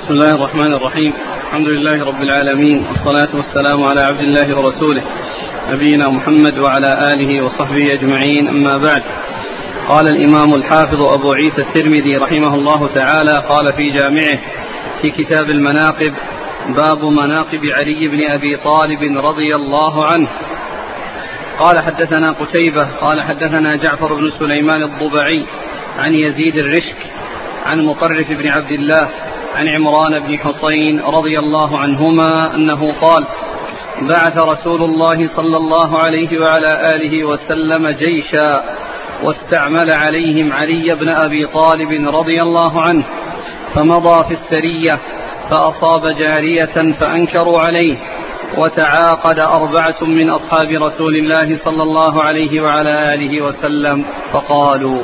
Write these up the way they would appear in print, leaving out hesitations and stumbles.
بسم الله الرحمن الرحيم. الحمد لله رب العالمين، والصلاة والسلام على عبد الله ورسوله نبينا محمد وعلى آله وصحبه أجمعين، أما بعد. قال الإمام الحافظ أبو عيسى الترمذي رحمه الله تعالى قال في جامعه في كتاب المناقب: باب مناقب علي بن أبي طالب رضي الله عنه. قال حدثنا قتيبة قال حدثنا جعفر بن سليمان الضبعي عن يزيد الرشك عن مطرف بن عبد الله عن عمران بن حسين رضي الله عنهما أنه قال: بعث رسول الله صلى الله عليه وعلى آله وسلم جيشا واستعمل عليهم علي بن أبي طالب رضي الله عنه، فمضى في السرية فأصاب جارية فأنكروا عليه، وتعاقد 4 من أصحاب رسول الله صلى الله عليه وعلى آله وسلم فقالوا: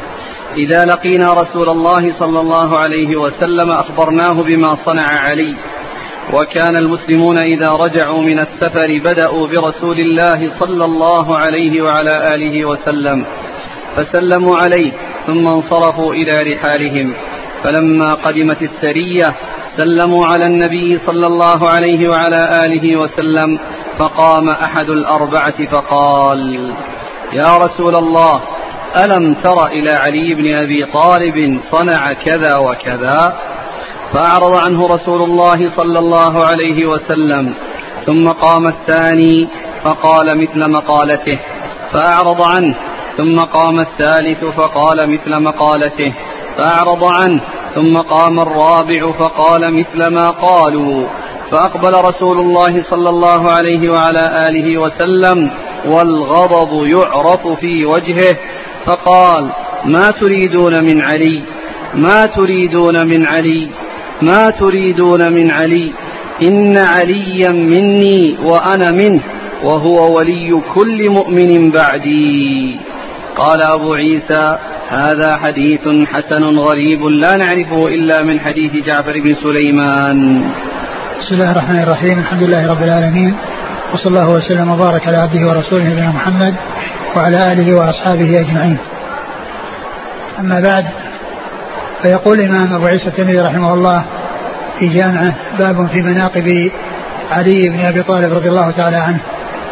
إذا لقينا رسول الله صلى الله عليه وسلم أخبرناه بما صنع علي. وكان المسلمون إذا رجعوا من السفر بدأوا برسول الله صلى الله عليه وعلى آله وسلم فسلموا عليه، ثم انصرفوا إلى رحالهم. فلما قدمت السرية سلموا على النبي صلى الله عليه وعلى آله وسلم، فقام أحد ال4 فقال: يا رسول الله، ألم تر إلى علي بن أبي طالب صنع كذا وكذا؟ فأعرض عنه رسول الله صلى الله عليه وسلم. ثم قام الثاني فقال مثل مقالته فأعرض عنه. ثم قام الثالث فقال مثل مقالته فأعرض عنه. ثم قام الرابع فقال مثل ما قالوا. فأقبل رسول الله صلى الله عليه وعلى آله وسلم والغضب يعرف في وجهه، فقال: ما تريدون من علي؟ ما تريدون من علي؟ ما تريدون من علي؟ إن عليا مني وأنا منه، وهو ولي كل مؤمن بعدي. قال أبو عيسى: هذا حديث حسن غريب لا نعرفه إلا من حديث جعفر بن سليمان. بسم الله الرحمن الرحيم. الحمد لله رب العالمين، وصلى الله وسلم وبارك على عبده ورسوله نبينا محمد وعلى آله وأصحابه أجمعين. أما بعد، فيقول الإمام أبو عيسى الترمذي رحمه الله في جامعه: باب في مناقب علي بن أبي طالب رضي الله تعالى عنه.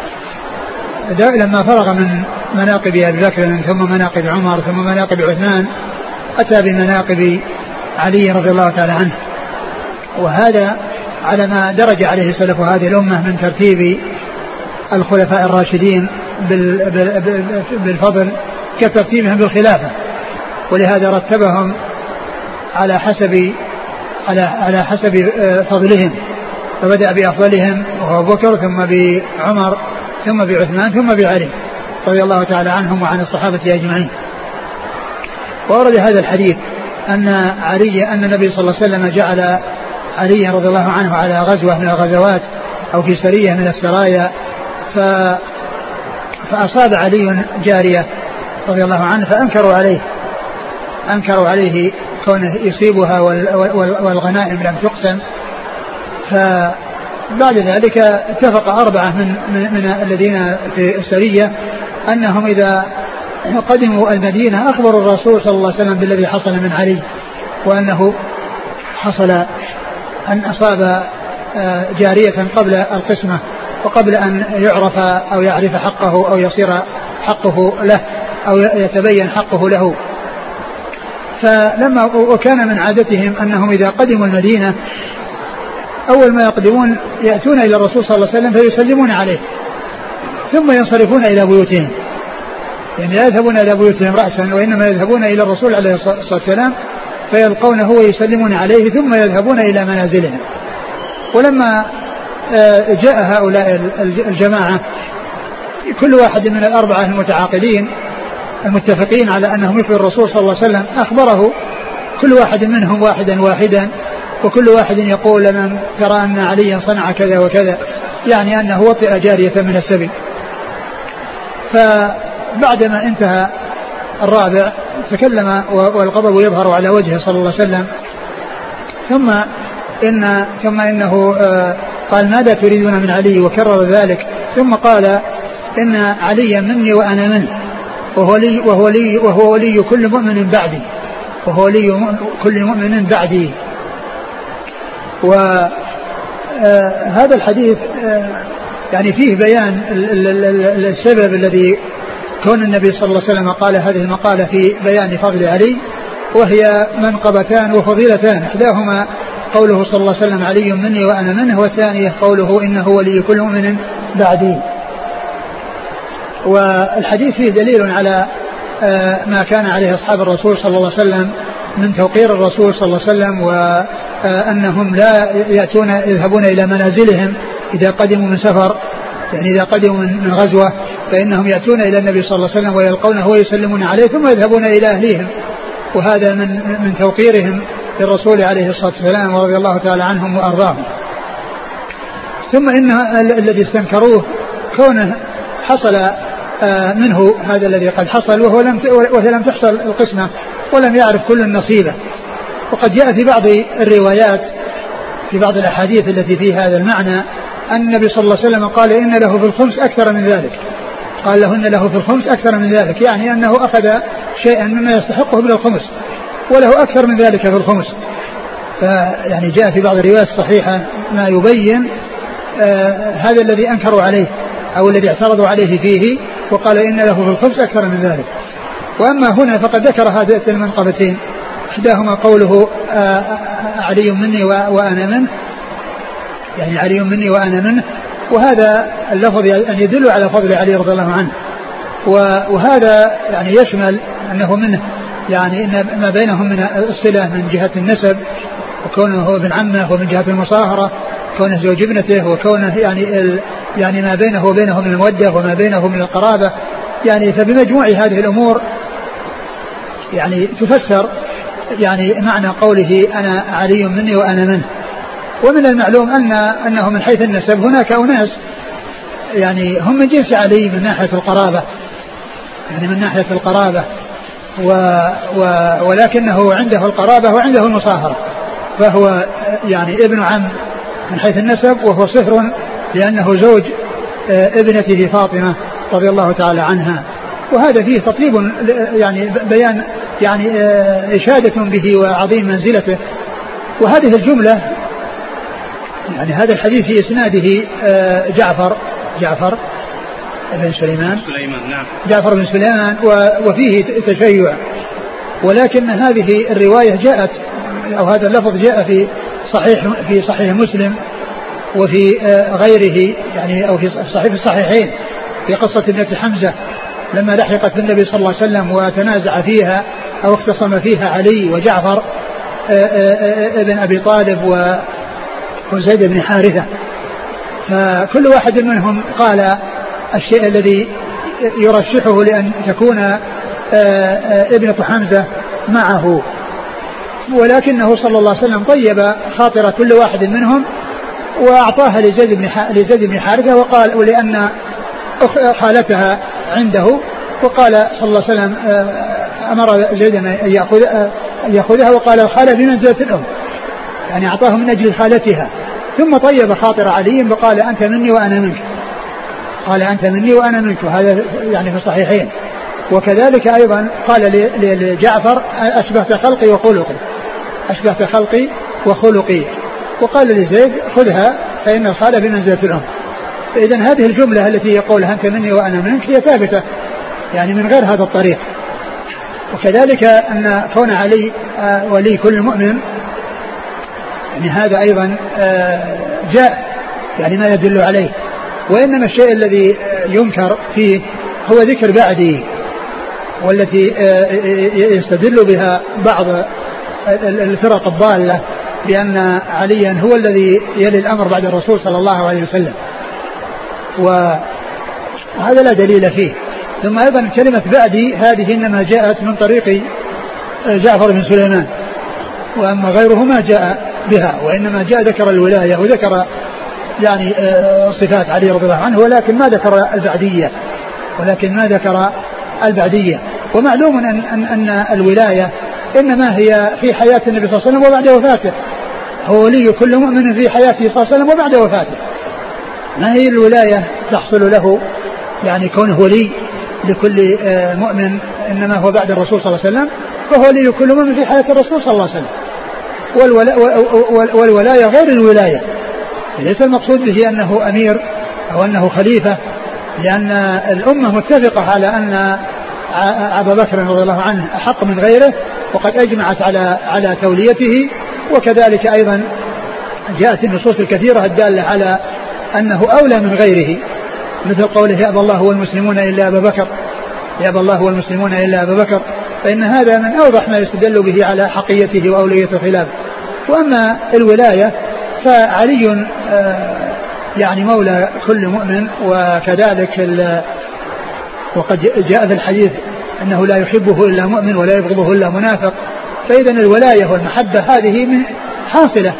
لما فرغ من مناقب أبي بكر ثم مناقب عمر ثم مناقب عثمان، أتى بمناقب علي رضي الله تعالى عنه، وهذا على ما درج عليه سلف هذه الأمة من ترتيب الخلفاء الراشدين بالفضل كترتيبهم بالخلافة، ولهذا رتبهم على حسب فضلهم، فبدأ بأفضلهم وهو بكر، ثم بعمر، ثم بعثمان، ثم بعلي رضي الله تعالى عنهم وعن الصحابة أجمعين. وورد هذا الحديث أن النبي صلى الله عليه وسلم جعل علي رضي الله عنه على غزوة من الغزوات أو في سرية من السرايا، فأصاب علي جارية رضي الله عنه فأنكروا عليه كونه يصيبها والغنائم لم تقسم. فبعد ذلك اتفق 4 من الذين في السرية أنهم إذا قدموا المدينة أخبروا الرسول صلى الله عليه وسلم بالذي حصل من علي، وأنه حصل أن أصاب جارية قبل القسمة وقبل أن يعرف أو يعرف حقه أو يصير حقه له أو يتبين حقه له. وكان من عادتهم أنهم إذا قدموا المدينة أول ما يقدمون يأتون إلى الرسول صلى الله عليه وسلم فيسلمون عليه، ثم ينصرفون إلى بيوتهم، يعني لا يذهبون إلى بيوتهم رأسا، وإنما يذهبون إلى الرسول عليه الصلاة والسلام فيلقونه ويسلمون عليه، ثم يذهبون إلى منازلهم. ولما جاء هؤلاء الجماعة كل واحد من 4 المتعاقدين المتفقين على أنهم يخبر الرسول صلى الله عليه وسلم، أخبره كل واحد منهم واحدا، وكل واحد يقول: لنا ترى أن عليا صنع كذا وكذا، يعني أنه وطئ جارية من السبي. فبعدما انتهى الرابع تكلم والغضب يظهر على وجهه صلى الله عليه وسلم، ثم إنه قال: ماذا تريدون من علي؟ وكرر ذلك، ثم قال: إن عليا مني وأنا منه، وهو ولي كل مؤمن بعدي، وهو ولي كل مؤمن بعدي. وهذا الحديث يعني فيه بيان السبب الذي كون النبي صلى الله عليه وسلم قال هذه المقالة في بيان فضل علي، وهي منقبتان وفضيلتان، إحداهما قوله صلى الله عليه وسلم علي مني وأنا منه، والثانية قوله إنه ولي كل مؤمن بعدي. والحديث فيه دليل على ما كان عليه أصحاب الرسول صلى الله عليه وسلم من توقير الرسول صلى الله عليه وسلم، وأنهم لا يذهبون إلى منازلهم إذا قدموا من سفر، يعني إذا قدموا من غزوة فإنهم يأتون إلى النبي صلى الله عليه وسلم ويلقونه ويسلمون عليه ثم يذهبون إلى أهليهم، وهذا من توقيرهم للرسول عليه الصلاة والسلام ورضي الله تعالى عنهم وأرضاهم. ثم إن الذي استنكروه كونه حصل منه هذا الذي قد حصل وهي لم تحصل القسمة ولم يعرف كل النصيبة. وقد جاء في بعض الروايات في بعض الأحاديث التي في هذا المعنى أن النبي صلى الله عليه وسلم قال إن له في الخمس أكثر من ذلك، قال له إن له في الخمس أكثر من ذلك، يعني أنه أخذ شيئا مما يستحقه من الخمس وله أكثر من ذلك في الخمس. فيعني جاء في بعض الروايات الصحيحة ما يبين هذا الذي أنكروا عليه أو الذي اعترضوا عليه فيه، وقال إن له في الخمس أكثر من ذلك. وأما هنا فقد ذكر هذه المنقبتين، إحداهما قوله علي مني وأنا منه، يعني علي مني وأنا منه، وهذا اللفظ يعني يدل على فضل علي رضي الله عنه. وهذا يعني يشمل أنه منه يعني إن ما بينهم من الصلة من جهة النسب، وكونه هو ابن عمه، ومن جهة المصاهرة كونه زوج ابنته، وكونه يعني ما بينه وبينه من المودة وما بينه من القرابة، يعني فبمجموع هذه الأمور يعني تفسر يعني معنى قوله أنا علي مني وأنا منه. ومن المعلوم أنه من حيث النسب هناك أناس يعني هم من جنس علي من ناحية القرابة، يعني من ناحية القرابة ولكنه عنده القرابة وعنده المصاهرة، فهو يعني ابن عم من حيث النسب، وهو صهر لأنه زوج ابنته فاطمة رضي الله تعالى عنها. وهذا فيه تطيب يعني بيان يعني إشادة به وعظيم منزلته. وهذه الجملة يعني هذا الحديث في إسناده جعفر بن سليمان نعم. جعفر بن سليمان، وفيه تشيع، ولكن هذه الرواية جاءت أو هذا اللفظ جاء في صحيح مسلم وفي غيره، يعني أو في الصحيحين في قصة ابنة حمزة لما لحقت بالنبي صلى الله عليه وسلم وتنازع فيها أو اختصم فيها علي وجعفر ابن أبي طالب وزيد بن حارثة، فكل واحد منهم قال الشيء الذي يرشحه لأن تكون ابنة حمزة معه، ولكنه صلى الله عليه وسلم طيب خاطر كل واحد منهم وأعطاها لزيد بن حارثة، وقال ولأن خالتها عنده، وقال صلى الله عليه وسلم أمر زيد أن يأخذها، وقال الخالة بمنزلة الأم، يعني أعطاه من أجل خالتها. ثم طيب خاطر علي وقال أنت مني وأنا منك، قال أنت مني وأنا منك، وهذا يعني في الصحيحين. وكذلك أيضا قال لجعفر أشبهت خلقي وخلقي، أشبهت خلقي وخلقي، وقال لزيد خذها فإن الخالة بمنزلة الأم. إذن هذه الجملة التي يقولها أنت مني وأنا منك هي ثابتة يعني من غير هذا الطريق. وكذلك أن كون علي ولي كل مؤمن يعني هذا أيضا جاء يعني ما يدل عليه. وإنما الشيء الذي ينكر فيه هو ذكر بعدي، والتي يستدل بها بعض الفرق الضالة بأن عليا هو الذي يلي الأمر بعد الرسول صلى الله عليه وسلم، وهذا لا دليل فيه. ثم أيضا كلمة بعدي هذه إنما جاءت من طريق جعفر بن سليمان، وأما غيره ما جاء بها، وإنما جاء ذكر الولاية وذكر يعني صفات علي رضي الله عنه، ولكن ما ذكر البعدية. ومعلوم أن الولاية إنما هي في حياة النبي صلى الله عليه وسلم وبعد وفاته، هو ولي كل مؤمن في حياته صلى الله عليه وسلم وبعد وفاته، ما هي الولاية تحصل له يعني كونه ولي لكل مؤمن، إنما هو بعد الرسول صلى الله عليه وسلم، فهو ولي كل مؤمن في حياة الرسول صلى الله عليه وسلم. والولاية غير الولاية. ليس المقصود به أنه أمير أو أنه خليفة، لأن الأمة متفقة على أن أبا بكر رضي الله عنه أحق من غيره، وقد أجمعت على توليته. وكذلك أيضا جاءت النصوص الكثيرة الدالة على أنه أولى من غيره، مثل قوله يأبى الله والمسلمون إلا أبا بكر، يأبى الله والمسلمون إلا أبا بكر، فإن هذا من أوضح ما يستدل به على حقيته وأولوية الخلافة. وأما الولاية فعلي يعني مولى كل مؤمن، وكذلك وقد جاء في الحديث أنه لا يحبه إلا مؤمن ولا يبغضه إلا منافق. فإذا الولاية والمحبة هذه حاصلة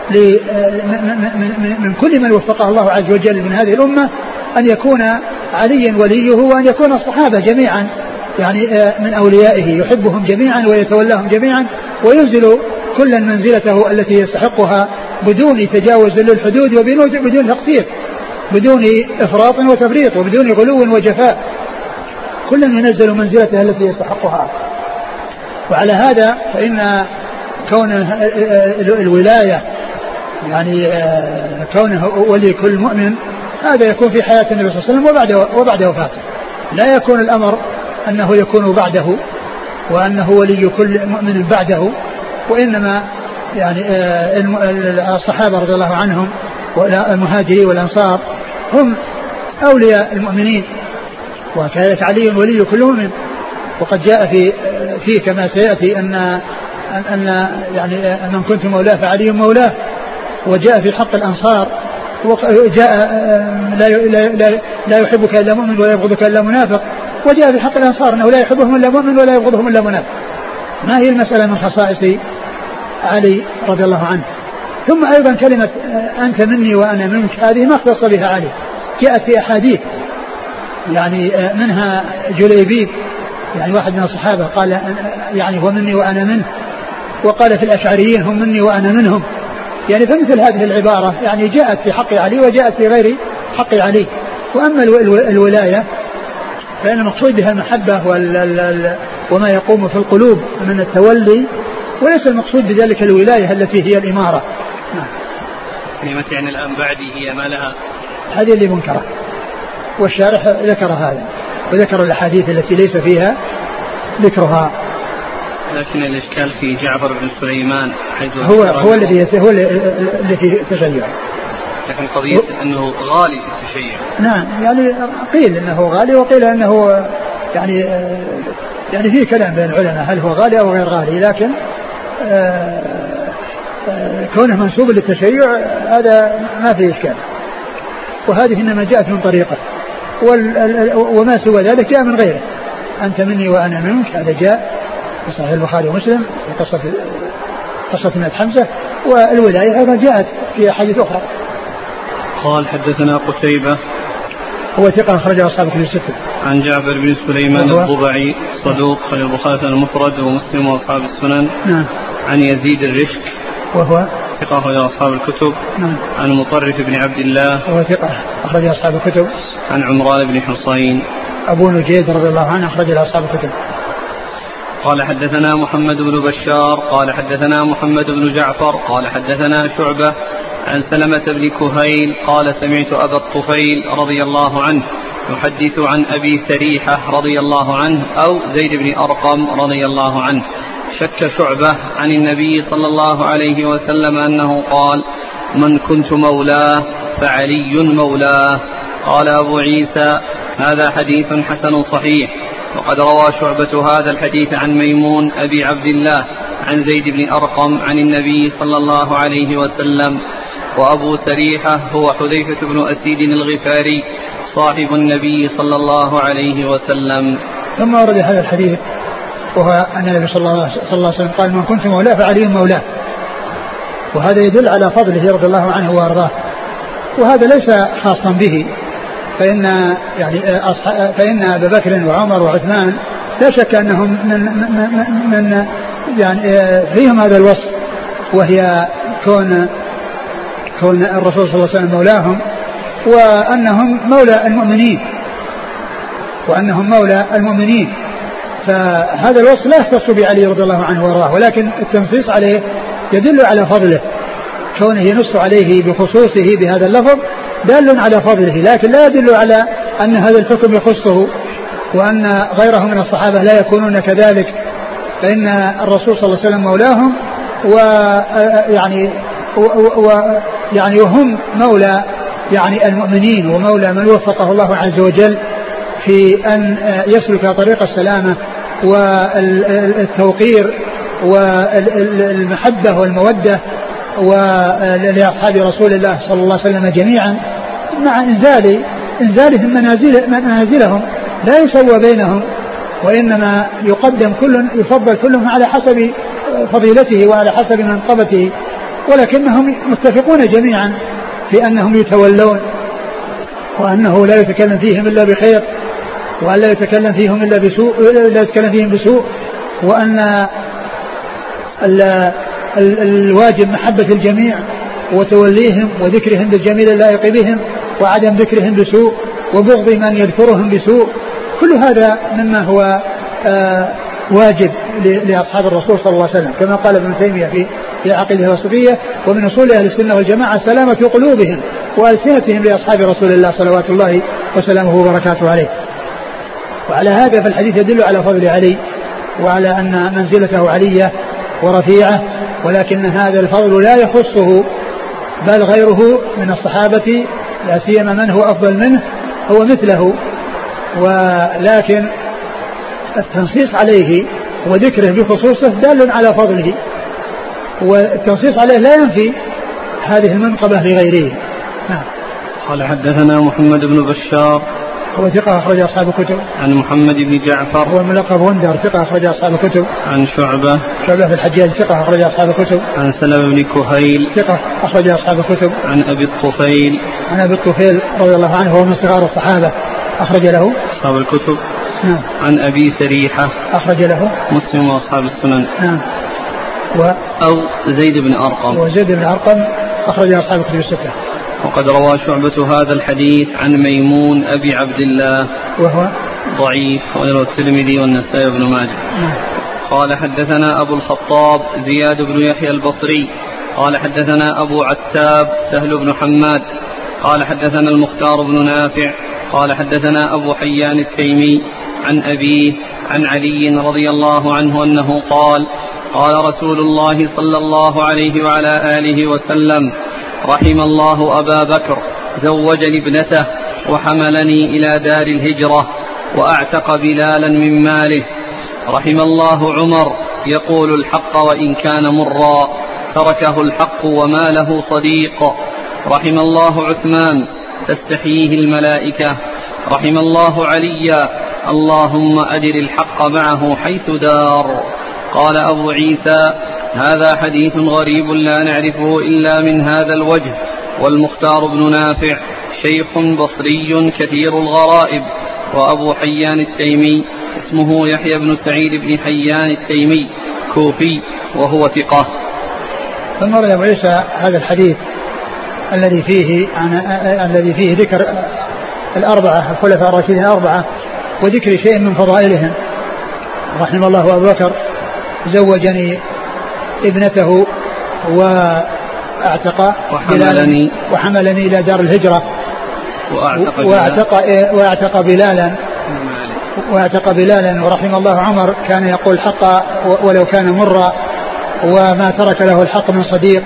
من كل من وفقه الله عز وجل من هذه الأمة، أن يكون علي وليه، وأن يكون الصحابة جميعا يعني من أوليائه يحبهم جميعا ويتولاهم جميعا، وينزل كل منزلته التي يستحقها بدون تجاوز للحدود وبدون تقصير، بدون إفراط وتفريط، وبدون غلو وجفاء، كل ينزل منزلته التي يستحقها. وعلى هذا فإن كون الولاية يعني كونه ولي كل مؤمن هذا يكون في حياة النبي صلى الله عليه وسلم وبعد وفاته، لا يكون الأمر أنه يكون بعده وأنه ولي كل مؤمن بعده، وإنما يعني الصحابة رضي الله عنهم والمهاجرين والأنصار هم أولياء المؤمنين، وكذلك علي ولي كل مؤمن. وقد جاء في كما سيأتي أن يعني من كنت مولاه فعلي مولاه، وجاء في حق الأنصار وجاء لا يحبك إلا مؤمن ولا يبغضك إلا منافق، وجاء في حق الأنصار أنه لا يحبهم إلا مؤمن ولا يبغضهم إلا منافق. ما هي المسألة من خصائص علي رضي الله عنه. ثم أيضا كلمة أنت مني وأنا منك هذه ما اختص بها علي، جاءت في أحاديث يعني منها جليبيب يعني واحد من الصحابة قال يعني هو مني وأنا منه، وقال في الأشعريين هم مني وأنا منهم، يعني فمثل هذه العبارة يعني جاءت في حق علي وجاءت في غير حق علي. وأما الولاية فإن المقصود بها المحبة وما يقوم في القلوب من التولي، وليس المقصود بذلك الولاية التي هي الإمارة. كلمة يعني الآن بعدي هي ما لها، هذه اللي منكرة، والشارح ذكر هذا وذكر الأحاديث التي ليس فيها ذكرها. لكن الإشكال في جعفر بن سليمان حيث هو الذي في تشيع، لكن قضية أنه غالي في التشيع. نعم يعني قيل أنه غالي وقيل أنه يعني فيه كلام بين العلماء هل هو غالي أو غير غالي، لكن كونه منسوب للتشيع هذا ما فيه إشكال، وهذه إنما جاءت من طريقه، وما سوى ذلك جاء من غيره. أنت مني وأنا منك هذا جاء في صحيح البخاري ومسلم في قصة مئة حمزة، والولاية أيضا جاءت في أحاديث أخرى. قال حدثنا قتيبة هو ثقة أخرجه أصحاب الكتب الستة. عن جعفر بن سليمان الضبعي صدوق خرج البخاري المفرد ومسلم وأصحاب السنن. نعم. عن يزيد الرشك وهو ثقة أخرج أصحاب الكتب. نعم. عن مطرف بن عبد الله وهو ثقة أخرج أصحاب الكتب. عن عمران بن حصين أبو نجيد رضي الله عنه أخرج أصحاب الكتب. قال حدثنا محمد بن بشار قال حدثنا محمد بن جعفر قال حدثنا شعبة عن سلمة بن كهيل قال سمعت أبا الطفيل رضي الله عنه يحدث عن أبي سريحة رضي الله عنه أو زيد بن أرقم رضي الله عنه شك شعبة عن النبي صلى الله عليه وسلم أنه قال من كنت مولاه فعلي مولاه. قال أبو عيسى هذا حديث حسن صحيح. وقد روى شعبة هذا الحديث عن ميمون أبي عبد الله عن زيد بن أرقم عن النبي صلى الله عليه وسلم. وأبو سريحة هو حذيفة بن أسيد الغفاري صاحب النبي صلى الله عليه وسلم. ثم ورد هذا الحديث وهو أن النبي صلى الله عليه وسلم قال من كنت مولاه فعلي مولاه، وهذا يدل على فضله رضي الله عنه وأرضاه، وهذا ليس خاصا به، فإن أبا بكر وعمر وعثمان لا شك أنهم من يعني فيهم هذا الوصف، وهي كون الرسول صلى الله عليه وسلم مولاهم، وأنهم مولى المؤمنين، فهذا الوصف لا يختص بعلي رضي الله عنه وارضاه، ولكن التنصيص عليه يدل على فضله، كونه ينص عليه بخصوصه بهذا اللفظ دال على فضله، لكن لا يدل على أن هذا الحكم يخصه وأن غيره من الصحابة لا يكونون كذلك، فإن الرسول صلى الله عليه وسلم مولاهم ويعني وهم مولى يعني المؤمنين ومولى من وفقه الله عز وجل في أن يسلك طريق السلامة والتوقير والمحبة والمودة ولأصحاب رسول الله صلى الله عليه وسلم جميعا، مع إنزالهم منازلهم لا يسوى بينهم، وإنما يفضل كلهم على حسب فضيلته وعلى حسب منقبته، ولكنهم متفقون جميعا في أنهم يتولون، وأنه لا يتكلم فيهم إلا بخير، وأن لا يتكلم فيهم إلا بسوء، وأن الواجب محبة الجميع وتوليهم وذكرهم بالجميل اللائق بهم وعدم ذكرهم بسوء وبغض من يذكرهم بسوء. كل هذا مما هو واجب لأصحاب الرسول صلى الله عليه وسلم، كما قال ابن تيمية في عقيدة الوسطية: ومن أصول أهل السنة والجماعة سلامة قلوبهم وألسنتهم لأصحاب رسول الله صلوات الله وسلامه وبركاته عليه. وعلى هذا فالحديث يدل على فضل علي وعلى أن منزلته علية ورفيعة، ولكن هذا الفضل لا يخصه بل غيره من الصحابة، لا سيما من هو أفضل منه هو مثله، ولكن التنصيص عليه وذكره بخصوصه دال على فضله، والتنصيص عليه لا ينفي هذه المنقبة لغيره. نعم. قال حدثنا محمد بن بشار هو ثقة أخرج أصحاب الكتب. عن محمد بن جعفر هو الملقب وندر ثقة أخرج أصحاب الكتب. عن شعبة في الحجاج ثقة أخرج أصحاب الكتب. عن سلمة بن كهيل ثقة أخرج أصحاب الكتب. عن أبي الطفيل رضي الله عنه وهو من صغار الصحابة أخرج له أصحاب الكتب. نعم. عن أبي سريحة أخرج له مسلم وأصحاب السنن. نعم. أو زيد بن أرقم. وزيد بن أرقم أخرج أصحاب الكتب الستة. وقد روى شعبة هذا الحديث عن ميمون أبي عبد الله وهو ضعيف، وله الترمذي والنسائي بن ماجه. قال حدثنا أبو الخطاب زياد بن يحيى البصري قال حدثنا أبو عتاب سهل بن حماد قال حدثنا المختار بن نافع قال حدثنا أبو حيان التيمي عن أبيه عن علي رضي الله عنه أنه قال: قال رسول الله صلى الله عليه وعلى آله وسلم: رحم الله أبا بكر زوجني ابنته وحملني إلى دار الهجرة وأعتق بلالا من ماله. رحم الله عمر يقول الحق وإن كان مرا تركه الحق وما له صديق. رحم الله عثمان تستحييه الملائكة. رحم الله عليا اللهم أدر الحق معه حيث دار. قال أبو عيسى: هذا حديث غريب لا نعرفه إلا من هذا الوجه. والمختار بن نافع شيخ بصري كثير الغرائب. وأبو حيان التيمي اسمه يحيى بن سعيد بن حيان التيمي كوفي وهو ثقة. ثم روى أبو عيسى هذا الحديث الذي فيه ذكر الأربعة الخلفاء الراشدين الأربعة وذكر شيء من فضائلهم. رحم الله أبو بكر زوجني ابنته وأعتق وحملني إلى دار الهجرة وأعتق بلالا. ورحم الله عمر كان يقول الحق ولو كان مرا وما ترك له الحق من صديق.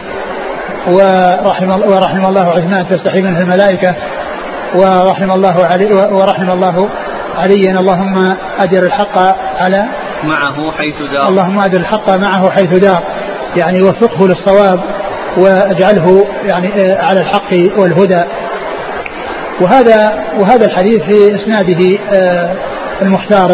ورحم الله عثمان تستحي منه الملائكة. ورحم الله عليا اللهم أدر الحق على معه حيث دار. اللهم أدر الحق معه حيث دار، يعني وفقه للصواب واجعله يعني على الحق والهدى. وهذا الحديث في اسناده المختار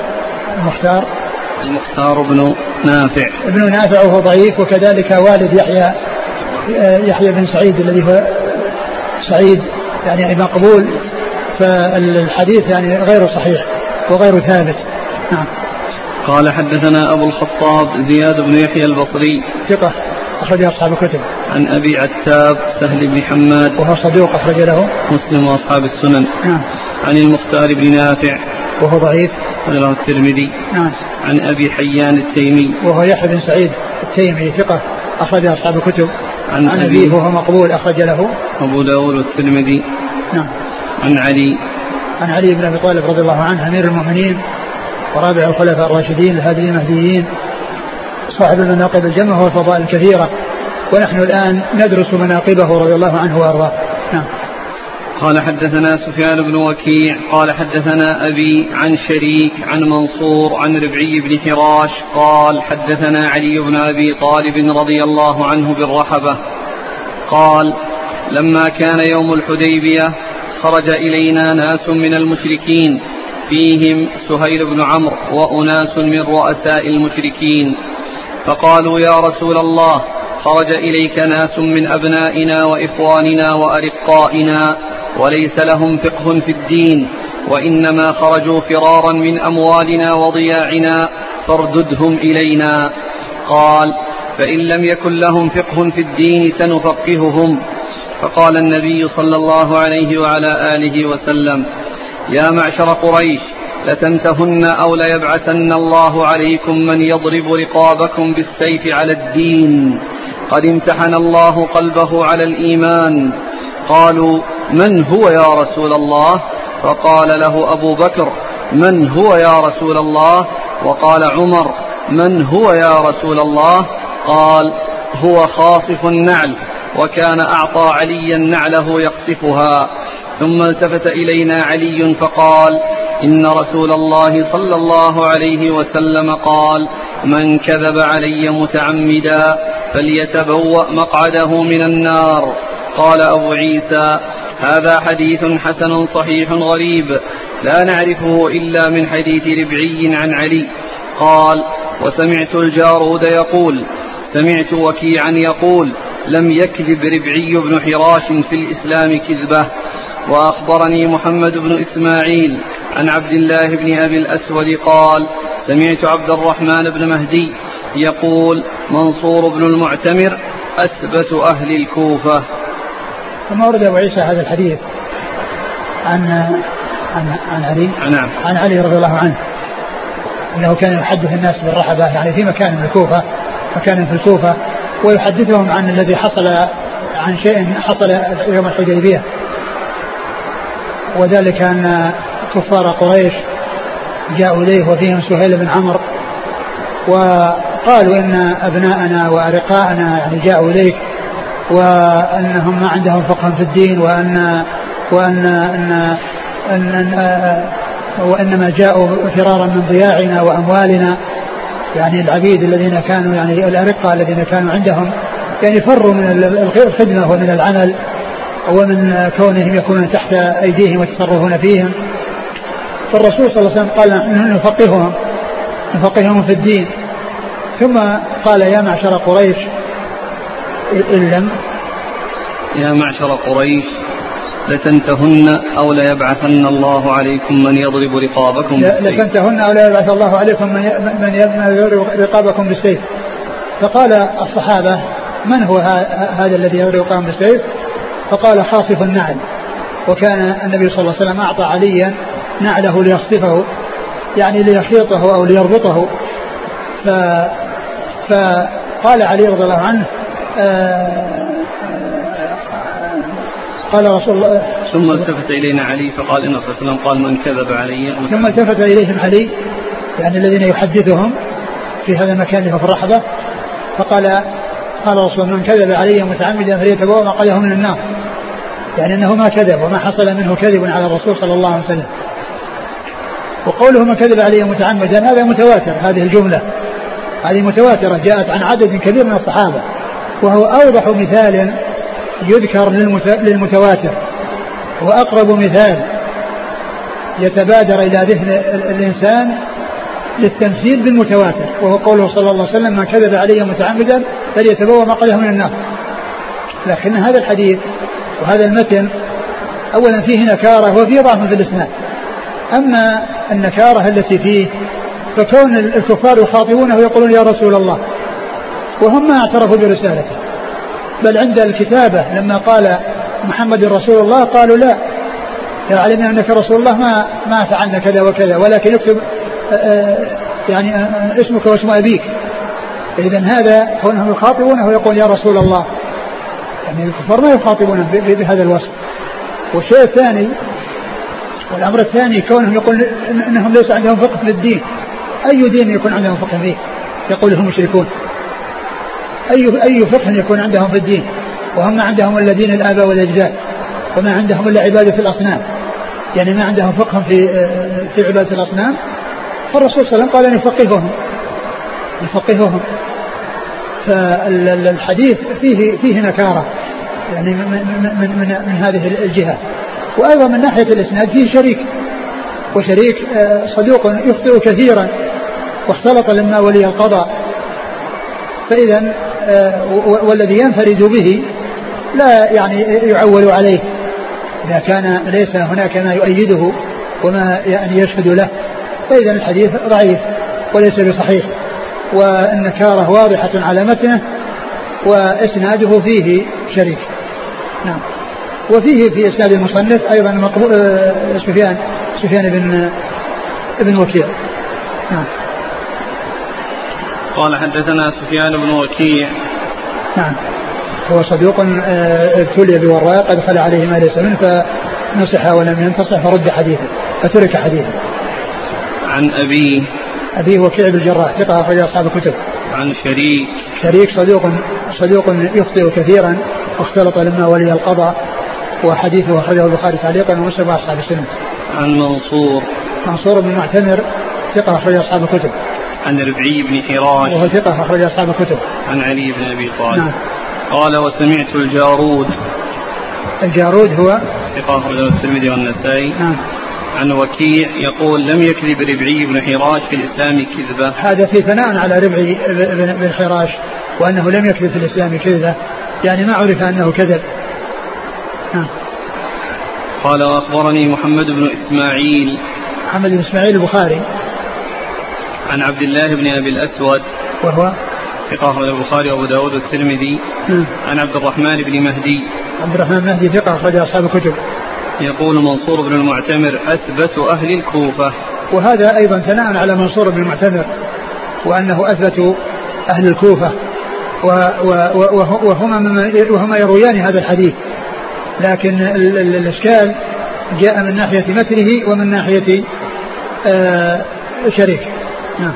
بن نافع وهو ضعيف، وكذلك والد يحيى بن سعيد الذي هو سعيد يعني مقبول، فالحديث يعني غير صحيح وغير ثابت. نعم. قال حدثنا أبو الخطاب زياد بن يحيى البصري ثقة أخرج أصحاب الكتب. عن أبي عتاب سهل بن حماد وهو صدوق أخرج له مسلم وأصحاب السنن. نعم. عن المختار بن نافع وهو ضعيف وله الترمذي. نعم. عن أبي حيان التيمي وهو يحيى بن سعيد التيمي ثقة أخرج أصحاب الكتب. عن أبيه وهو مقبول أخرج له أبو داود والترمذي. نعم. عن علي بن أبي طالب رضي الله عنه أمير المؤمنين ورابع الخلفاء الراشدين الهاديين المهديين صاحب المناقب الجمة والفضائل الكثيرة، ونحن الآن ندرس مناقبه رضي الله عنه وأرضاه. نعم. قال حدثنا سفيان بن وكيع قال حدثنا أبي عن شريك عن منصور عن ربعي بن حراش قال حدثنا علي بن أبي طالب رضي الله عنه بالرحبة قال لما كان يوم الحديبية خرج إلينا ناس من المشركين فيهم سهيل بن عمرو وأناس من رؤساء المشركين، فقالوا يا رسول الله خرج إليك ناس من أبنائنا وإخواننا وأرقائنا وليس لهم فقه في الدين، وإنما خرجوا فرارا من أموالنا وضياعنا فارددهم إلينا. قال فإن لم يكن لهم فقه في الدين سنفقههم. فقال النبي صلى الله عليه وعلى آله وسلم يا معشر قريش لتنتهن أو ليبعثن الله عليكم من يضرب رقابكم بالسيف على الدين، قد امتحن الله قلبه على الإيمان. قالوا من هو يا رسول الله؟ فقال له أبو بكر من هو يا رسول الله؟ وقال عمر من هو يا رسول الله؟ قال هو خاصف النعل، وكان أعطى عليا نعله يقصفها. ثم التفت إلينا علي فقال إن رسول الله صلى الله عليه وسلم قال من كذب علي متعمدا فليتبوأ مقعده من النار. قال أبو عيسى هذا حديث حسن صحيح غريب لا نعرفه إلا من حديث ربعي عن علي. قال وسمعت الجارود يقول سمعت وكيعا يقول لم يكذب ربعي بن حراش في الإسلام كذبة. وأخبرني محمد بن إسماعيل عن عبد الله بن أبي الأسود قال سمعت عبد الرحمن بن مهدي يقول منصور بن المعتمر أثبت أهل الكوفة. ثم ورد أبو عيسى هذا الحديث عن علي. نعم. عن علي رضي الله عنه أنه كان يحدث الناس بالرحبة يعني في مكان من الكوفة، مكان في الكوفة، ويحدثهم عن الذي حصل عن شيء حصل يوم الحديبية، وذلك أن كفار قريش جاءوا إليه وفيهم سهيل بن عمرو وقالوا إن أبناءنا وأرقاءنا يعني جاءوا إليك وأنهم ما عندهم فقه في الدين وإنما جاءوا فرارا من ضياعنا وأموالنا، يعني العبيد الذين كانوا يعني الأرقاء الذين كانوا عندهم يعني فروا من الخدمة ومن العمل ومن كونهم يكونون تحت أيديهم ويتصرفون فيهم. فالرسول صلى الله عليه وسلم قال نفقههم في الدين. ثم قال يا معشر قريش إن لم يا معشر قريش لتنتهن أو ليبعثن الله عليكم من يضرب رقابكم بالسيف. لتنتهن أو ليبعث الله عليكم من يضرب رقابكم بالسيف. فقال الصحابة من هو هذا الذي يضرب رقابكم بالسيف؟ فقال خاصف النعل، وكان النبي صلى الله عليه وسلم أعطى عليا نعله ليخصفه يعني ليخيطه أو ليربطه. فقال علي رضي الله عنه قال رسول الله ثم التفت إلينا علي فقال إن الرسول صلى الله عليه وسلم قال من كذب علي. ثم التفت إليهم علي يعني الذين يحدثهم في هذا المكان في الرحبة فقال رسول من كذب علي متعمدا فليتبوأ مقعده من النار، يعني أنه ما كذب وما حصل منه كذب على الرسول صلى الله عليه وسلم. وقوله من كذب علي متعمدا هذا متواتر، هذه الجملة هذه متواترة جاءت عن عدد كبير من الصحابة، وهو أوضح مثال يذكر للمتواتر وأقرب مثال يتبادر إلى ذهن الإنسان للتمثيل بالمتواتر، وهو قوله صلى الله عليه وسلم من كذب علي متعمدا فليتبوأ مقعده من النار. لكن هذا الحديث وهذا المتن أولا فيه نكارة وفيه ضعف في الإسناد. أما النكارة التي فيه فكون الكفار يخاطبونه ويقولون يا رسول الله وهم ما اعترفوا برسالته، بل عند الكتابة لما قال محمد رسول الله قالوا لا علمنا أنك رسول الله ما فعلنا كذا وكذا، ولكن اكتب يعني اسمك واسم أبيك. فإذا هذا كونهم يخاطبونه ويقول يا رسول الله، يعني الكفار ما يخاطبونه بهذا الوصف. والشيء الثاني والأمر الثاني كونهم يقول إنهم ليس عندهم فقه في الدين. أي دين يكون عندهم فقه فيه؟ يقوله المشركون. أي فقه يكون عندهم في الدين وهم عندهم الذين الآباء والأجداد وما عندهم إلا عبادة الأصنام، يعني ما عندهم فقه في عبادة الأصنام. فالرسول صلى الله عليه وسلم قال أن يفقههم. فالحديث فيه نكارة يعني من هذه الجهة. وأيضا من ناحية الإسناد فيه شريك صدوق يخطئ كثيرا واختلط لما ولي القضاء. فإذا والذي ينفرد به لا يعني يعول عليه إذا كان ليس هناك ما يؤيده وما يعني يشهد له، فإذا الحديث ضعيف وليس بصحيح، والنكارة واضحة على متنه وإسناده فيه شريك. نعم. وفيه في إسناد المصنف أيضا سفيان بن وكيع. نعم. قال حدثنا سفيان بن وكيع. نعم. هو صدوق ابتلي بوراء قد خلع عليه ما ليس منه فنصح ولم ينتصح فرد حديثه فترك حديثه. عن أبيه وكيع بن الجراح ثقة أخرج أصحاب الكتب. عن شريك صدوق يخطئ كثيرا واختلط لما ولي القضاء، وحديثه أخرجه البخاري تعليقا ومسلم وأصحاب السنن. عن منصور بن معتمر ثقة أخرج أصحاب الكتب. عن ربعي بن حراش وهو ثقة أخرج أصحاب الكتب. عن علي بن أبي طالب. نعم. قال وسمعت الجارود هو ثقة أخرجه الترمذي والنسائي. نعم. عن وكيع يقول لم يكذب ربعي بن حراش في الإسلام كذبة. هذا في ثناء على ربعي بن حراش وأنه لم يكذب في الإسلام كذبة، يعني ما عرف أنه كذب. قال وأخبرني محمد بن إسماعيل البخاري عن عبد الله بن أبي الأسود وهو ثقة أخرج البخاري وأبو داود والترمذي. عن عبد الرحمن مهدي ثقة أخرج أصحاب الكتب. يقول منصور بن المعتمر أثبت أهل الكوفة. وهذا أيضا ثناء على منصور بن المعتمر وأنه أثبت أهل الكوفة وهما يرويان هذا الحديث، لكن الإشكال جاء من ناحية متنه ومن ناحية شريك. نعم.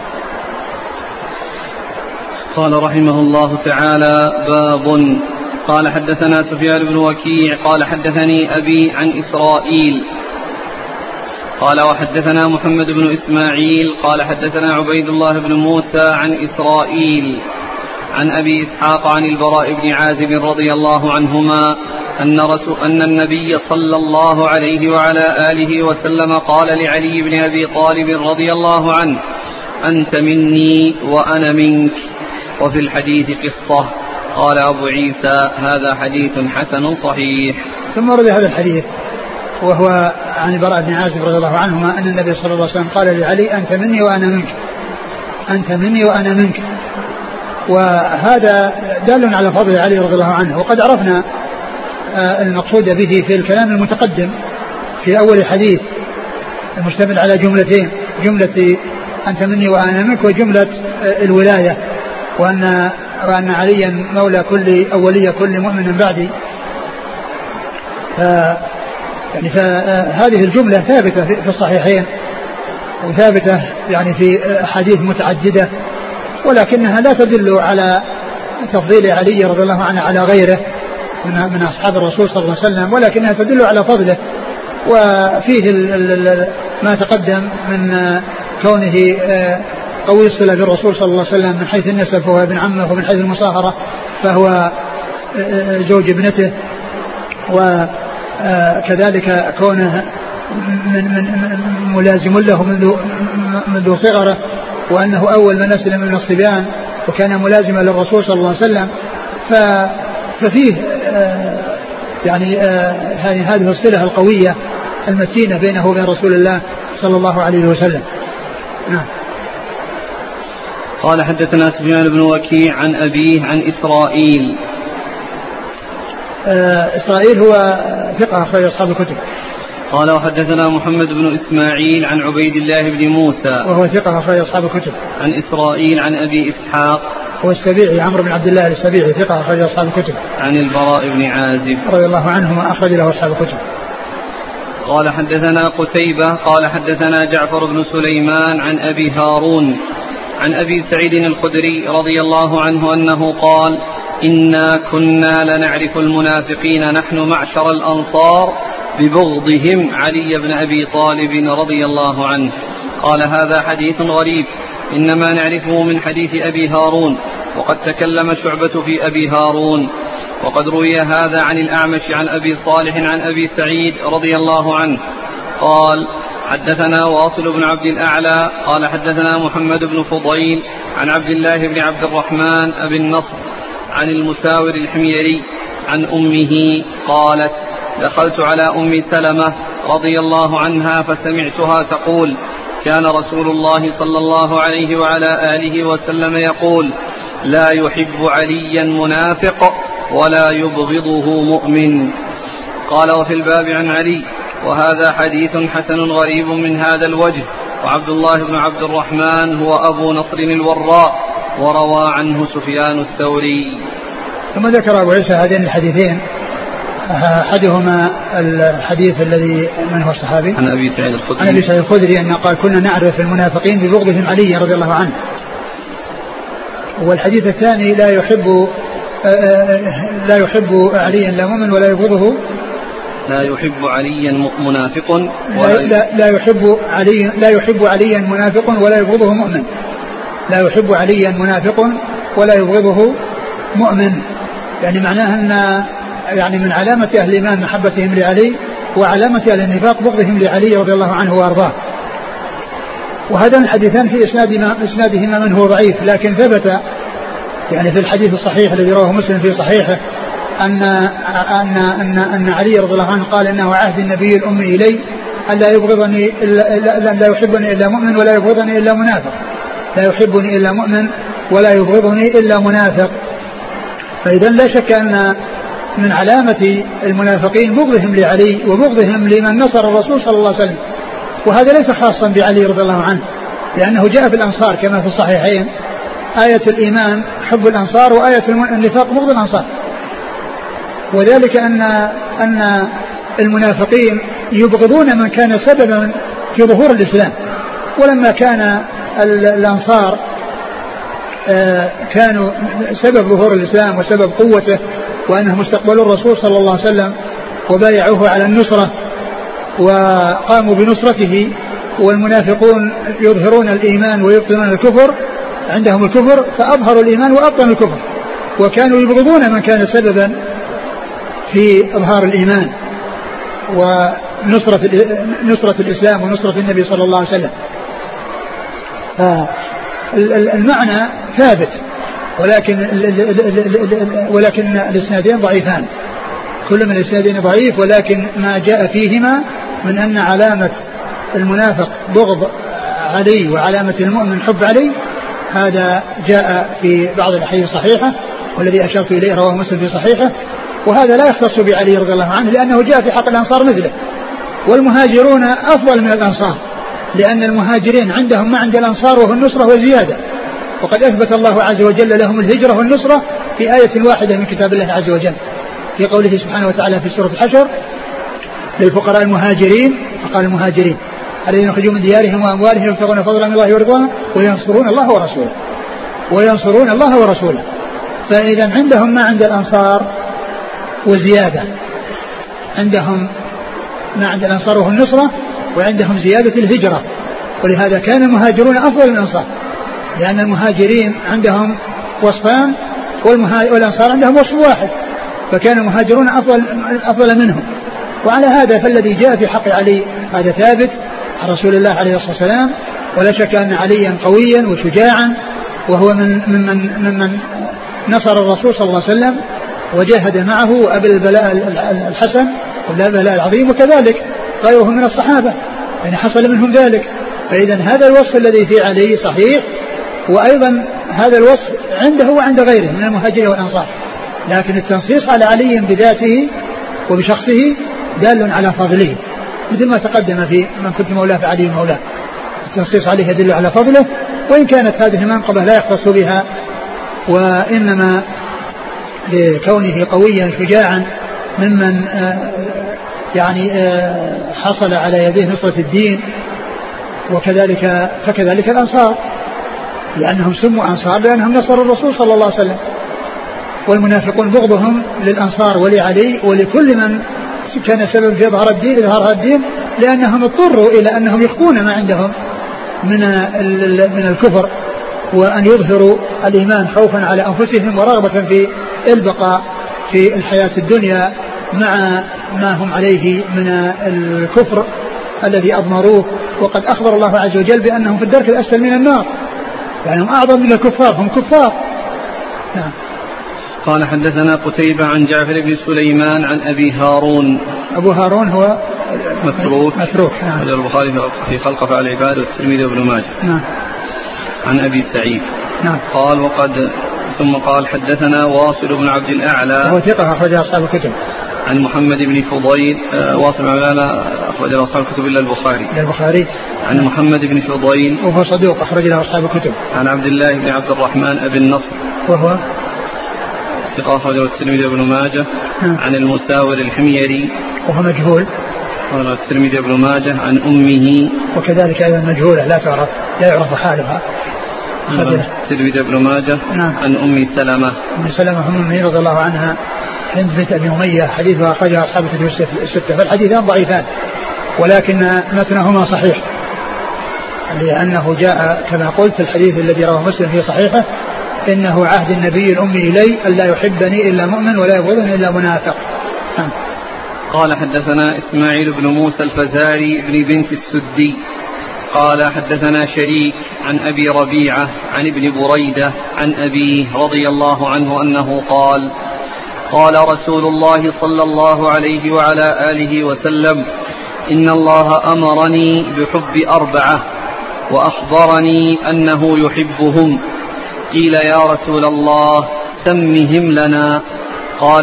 قال رحمه الله تعالى باب. قال حدثنا سفيان بن وكيع قال حدثني أبي عن إسرائيل قال وحدثنا محمد بن إسماعيل قال حدثنا عبيد الله بن موسى عن إسرائيل عن أبي إسحاق عن البراء بن عازب رضي الله عنهما أن النبي صلى الله عليه وعلى آله وسلم قال لعلي بن أبي طالب رضي الله عنه أنت مني وأنا منك. وفي الحديث قصة. قال أبو عيسى هذا حديث حسن صحيح. ثم ورد هذا الحديث وهو عن البراء بن عازب رضي الله عنهما أن النبي صلى الله عليه وسلم قال لعلي أنت مني وأنا منك. وهذا دال على فضل علي رضي الله عنه. وقد عرفنا المقصود به في الكلام المتقدم في أول حديث المشتمل على جملتين، جملة أنت مني وأنا منك وجملة الولاية، وأن عليا مولى أولية كل مؤمن بعدي. يعني فهذه الجملة ثابتة في الصحيحين وثابتة يعني في أحاديث متعددة، ولكنها لا تدل على تفضيل علي رضي الله عنه على غيره من أصحاب الرسول صلى الله عليه وسلم، ولكنها تدل على فضله. وفيه ما تقدم من كونه قوي الصلة بالرسول صلى الله عليه وسلم من حيث النسب فهو ابن عمه، ومن حيث المصاهرة فهو زوج ابنته، وكذلك كونه من ملازم له منذ صغره، وأنه أول من أسلم من الصبيان وكان ملازما للرسول صلى الله عليه وسلم. ففيه يعني هذه الصلة القوية المتينة بينه وبين رسول الله صلى الله عليه وسلم. نعم. قال حدثنا سفيان بن وكيع عن أبيه عن إسرائيل. إسرائيل هو ثقة أخرج أصحاب الكتب. قال وحدثنا محمد بن إسماعيل عن عبيد الله بن موسى وهو ثقة أخرج أصحاب الكتب. عن إسرائيل عن أبي إسحاق هو السبيعي عمرو بن عبد الله السبيعي ثقة أخرج أصحاب الكتب. عن البراء بن عازب رضي الله عنهما أخرج له أصحاب الكتب. قال حدثنا قتيبة قال حدثنا جعفر بن سليمان عن أبي هارون عن أبي سعيد الخدري رضي الله عنه أنه قال إنا كنا لنعرف المنافقين نحن معشر الأنصار ببغضهم علي بن أبي طالب رضي الله عنه. قال هذا حديث غريب إنما نعرفه من حديث أبي هارون وقد تكلم شعبة في أبي هارون وقد روي هذا عن الأعمش عن أبي صالح عن أبي سعيد رضي الله عنه قال حدثنا واصل بن عبد الأعلى قال حدثنا محمد بن فضيل عن عبد الله بن عبد الرحمن أبي النصر عن المساور الحميري عن أمه قالت دخلت على أم سلمة رضي الله عنها فسمعتها تقول كان رسول الله صلى الله عليه وعلى آله وسلم يقول لا يحب عليا منافق ولا يبغضه مؤمن. قال وفي الباب عن علي وهذا حديث حسن غريب من هذا الوجه وعبد الله بن عبد الرحمن هو أبو نصر الوراء وروى عنه سفيان الثوري. ثم ذكر أبو عيسى هذين الحديثين أحدهما الحديث الذي من هو الصحابي عن أبي سعيد الخدري أنه قال كنا نعرف المنافقين ببغضهم علي رضي الله عنه. والحديث الثاني لا يحب عليا لا مؤمن ولا يبغضه لا يحب عليا منافق لا يحب عليا منافق ولا يبغضه مؤمن. لا يحب عليا منافق ولا يبغضه مؤمن يعني معناها أن يعني من علامة أهل الإيمان محبتهم لعلي وعلامة أهل النفاق بغضهم لعلي رضي الله عنه وأرضاه. وهذان الحديثان في إسنادهما من هو ضعيف لكن ثبت يعني في الحديث الصحيح الذي رواه مسلم في صحيحه أن علي رضي الله عنه قال إنه عهد النبي الأمي إلي ألا يحبني إلا مؤمن ولا يبغضني إلا منافق. لا يحبني إلا مؤمن ولا يبغضني إلا منافق. فإذا لا شك أن من علامة المنافقين بغضهم لعلي وبغضهم لمن نصر الرسول صلى الله عليه وسلم. وهذا ليس خاصا بعلي رضي الله عنه لأنه جاء في الأنصار كما في الصحيحين آية الإيمان حب الأنصار وآية النفاق بغض الأنصار. وذلك أن المنافقين يبغضون من كان سببا في ظهور الإسلام. ولما كان الأنصار كانوا سبب ظهور الإسلام وسبب قوته وأنهم استقبلوا الرسول صلى الله عليه وسلم وبايعوه على النصرة وقاموا بنصرته والمنافقون يظهرون الإيمان ويبطنون الكفر عندهم الكفر فأظهروا الإيمان وأبطنوا الكفر وكانوا يبغضون من كان سببا في إظهار الإيمان ونصرة الإسلام ونصرة النبي صلى الله عليه وسلم. المعنى ثابت ولكن الإسنادين ضعيفان كل من الإسنادين ضعيف ولكن ما جاء فيهما من أن علامة المنافق بغض علي وعلامة المؤمن حب علي هذا جاء في بعض الأحاديث الصحيحة والذي أشرت إليه رواه مسلم في صحيحه. وهذا لا يختص بعلي رضي الله عنه لأنه جاء في حق الأنصار مثله. والمهاجرون أفضل من الأنصار لأن المهاجرين عندهم ما عند الأنصار وهو النصرة والزيادة. وقد أثبت الله عز وجل لهم الهجرة والنصرة في آية واحدة من كتاب الله عز وجل في قوله سبحانه وتعالى في سورة الحشر للفقراء المهاجرين فقال المهاجرين الذين يخرجون من ديارهم وأموالهم يبتغون فضلا من الله ورضوانه وينصرون الله ورسوله. فإذا عندهم ما عند الأنصار وزيادة عندهم ما عند الأنصار وهو النصرة وعندهم زيادة الهجرة. ولهذا كان المهاجرون أفضل من الأنصار لأن المهاجرين عندهم وصفان والأنصار عندهم وصف واحد فكان المهاجرون أفضل منهم. وعلى هذا فالذي جاء في حق علي هذا ثابت عن رسول الله عليه الصلاة والسلام. ولا شك أن عليا قويا وشجاعا وهو ممن نصر الرسول صلى الله عليه وسلم وجاهد معه وأبل البلاء الحسن والبلاء العظيم وكذلك غيره من الصحابة يعني حصل منهم ذلك. فإذا هذا الوصف الذي في علي صحيح وأيضا هذا الوصف عنده وعند غيره من المهاجرين والأنصار. لكن التنصيص على علي بذاته وبشخصه دال على فضله مثل ما تقدم في من كنت مولاه فعلي مولاه. التنصيص عليه يدل على فضله وإن كانت هذه المنقبة لا يختص بها وإنما لكونه قويا شجاعا ممن حصل على يديه نصرة الدين. فكذلك الأنصار، لأنهم سموا أنصار لأنهم نصروا الرسول صلى الله عليه وسلم. والمنافقون بغضهم للأنصار ولعلي ولكل من كان سبب في إظهار الدين لأنهم اضطروا إلى أنهم يخفون ما عندهم من الكفر، وأن يظهروا الإيمان خوفا على أنفسهم ورغبة في البقاء في الحياة الدنيا مع ما هم عليه من الكفر الذي أضمروه. وقد أخبر الله عز وجل بأنهم في الدرك الأسفل من النار، يعني هم أعظم من الكفار، هم كفار. نعم. قال حدثنا قتيبة عن جعفر بن سليمان عن أبي هارون. أبو هارون هو متروك. نعم. البخاري في خلق أفعال العباد والترمذي وابن ماجه. نعم. عن أبي سعيد. نعم. قال ثم قال حدثنا واصل بن عبد الأعلى وهو ثقة أخرج أصحاب الكتب. عن محمد بن فضيل. واصل بن عبد الأعلى أخرج أصحاب الكتب إلا البخاري. عن محمد بن فضيل وهو صدوق أخرج له أصحاب الكتب. عن عبد الله بن عبد الرحمن أبي النصر وهو ثقة أخرجه الترمذي وابن ماجه. عن المساور الحميري وهو مجهول أخرجه الترمذي وابن ماجه. عن أمه وكذلك أيضا مجهولة لا يعرف حالها. الترمذي وابن ماجه. عن أم سلمة أم رضي الله عنها هند بنت أبي أمية، حديثها أخرجها أصحاب الكتب الستة. فالحديثان ضعيفان ولكن متنهما صحيح، لأنه جاء كما قلت في الحديث الذي رواه مسلم في صحيحه: إنه عهد النبي الأمي إلي ألا يحبني إلا مؤمن ولا يبغضني إلا منافق. قال حدثنا إسماعيل بن موسى الفزاري بن بنت السدي قال حدثنا شريك عن أبي ربيعة عن ابن بريدة عن أبيه رضي الله عنه أنه قال: قال رسول الله صلى الله عليه وعلى آله وسلم: إن الله أمرني بحب 4 وأخبرني أنه يحبهم. قيل: يا رسول الله سمهم لنا. قال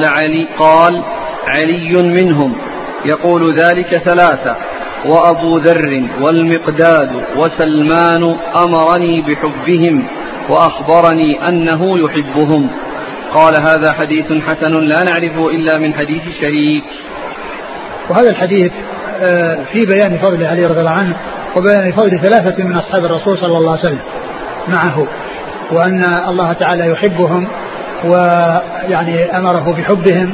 علي منهم، يقول ذلك 3: وأبو ذر والمقداد وسلمان أمرني بحبهم وأخبرني أنه يحبهم. قال: هذا حديث حسن لا نعرفه إلا من حديث شريك. وهذا الحديث في بيان فضل علي رضي الله عنه وبيان فضل 3 من أصحاب الرسول صلى الله عليه وسلم معه، وأن الله تعالى يحبهم ويعني أمره بحبهم.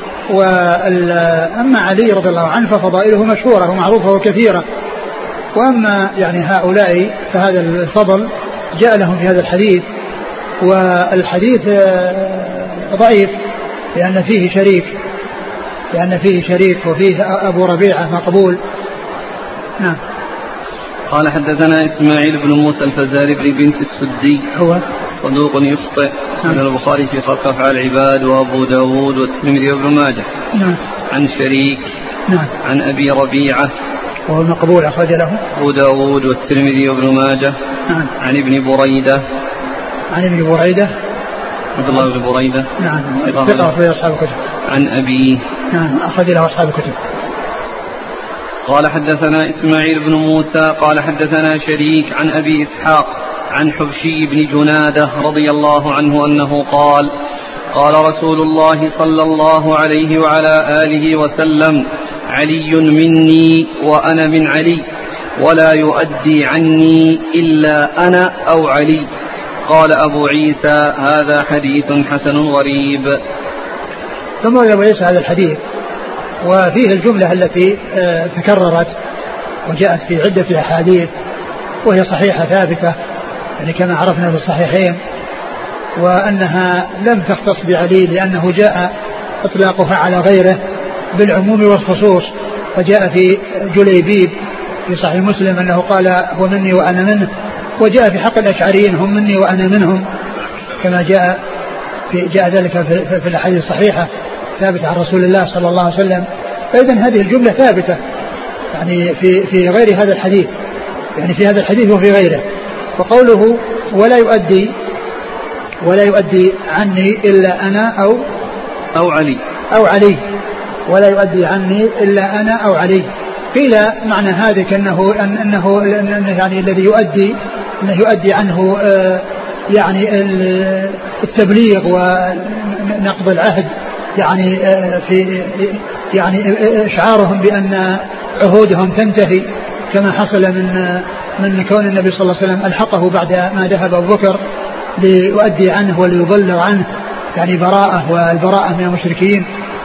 وأما علي رضي الله عنه ففضائله مشهورة ومعروفة وكثيرة، وأما يعني هؤلاء فهذا الفضل جاء لهم في هذا الحديث. والحديث ضعيف لأن فيه شريك وفيه أبو ربيعة مقبول. نعم. قال حدثنا إسماعيل بن موسى الفزاري بن بنت السدي هو صدوق يخطئ. عن البخاري في خلق أفعال العباد وأبو داود والترمذي وابن ماجه. نعم. عن شريك. نعم. عن أبي ربيعة وهو مقبول أخرج له أبو داود والترمذي وابن ماجه. نعم. عن ابن بريدة عبد الله بن بريدة. نعم. ثقة أخرج أصحاب الكتب. عن أبيه. نعم. أخرج له أصحاب الكتب. قال حدثنا إسماعيل بن موسى قال حدثنا شريك عن أبي إسحاق عن حبشي بن جنادة رضي الله عنه أنه قال: قال رسول الله صلى الله عليه وعلى آله وسلم: علي مني وأنا من علي، ولا يؤدي عني إلا أنا أو علي. قال أبو عيسى: هذا حديث حسن غريب. ثم أبو عيسى هذا الحديث وفيه الجملة التي تكررت وجاءت في عدة أحاديث وهي صحيحة ثابتة، يعني كما عرفنا في الصحيحين، وأنها لم تختص بعلي لأنه جاء إطلاقها على غيره بالعموم والخصوص. فجاء في جليبيب في صحيح مسلم أنه قال: هو مني وأنا منه. وجاء في حق الأشعريين: هم مني وأنا منهم، كما جاء ذلك في الأحاديث الصحيحة ثابتة عن رسول الله صلى الله عليه وسلم. فإذا هذه الجملة ثابتة يعني في غير هذا الحديث، يعني في هذا الحديث وفي غيره. وقوله ولا يؤدي عني إلا أنا أو علي ولا يؤدي عني إلا أنا أو علي. قيل معنى هذا أنه يعني الذي يؤدي عنه يعني التبليغ ونقض العهد، يعني في يعني إشعارهم بأن عهودهم تنتهي، كما حصل من كون النبي صلى الله عليه وسلم ألحقه بعد ما ذهب أبو بكر ليؤدي عنه وليبلغ عنه، يعني براءة، والبراءة من المشركين.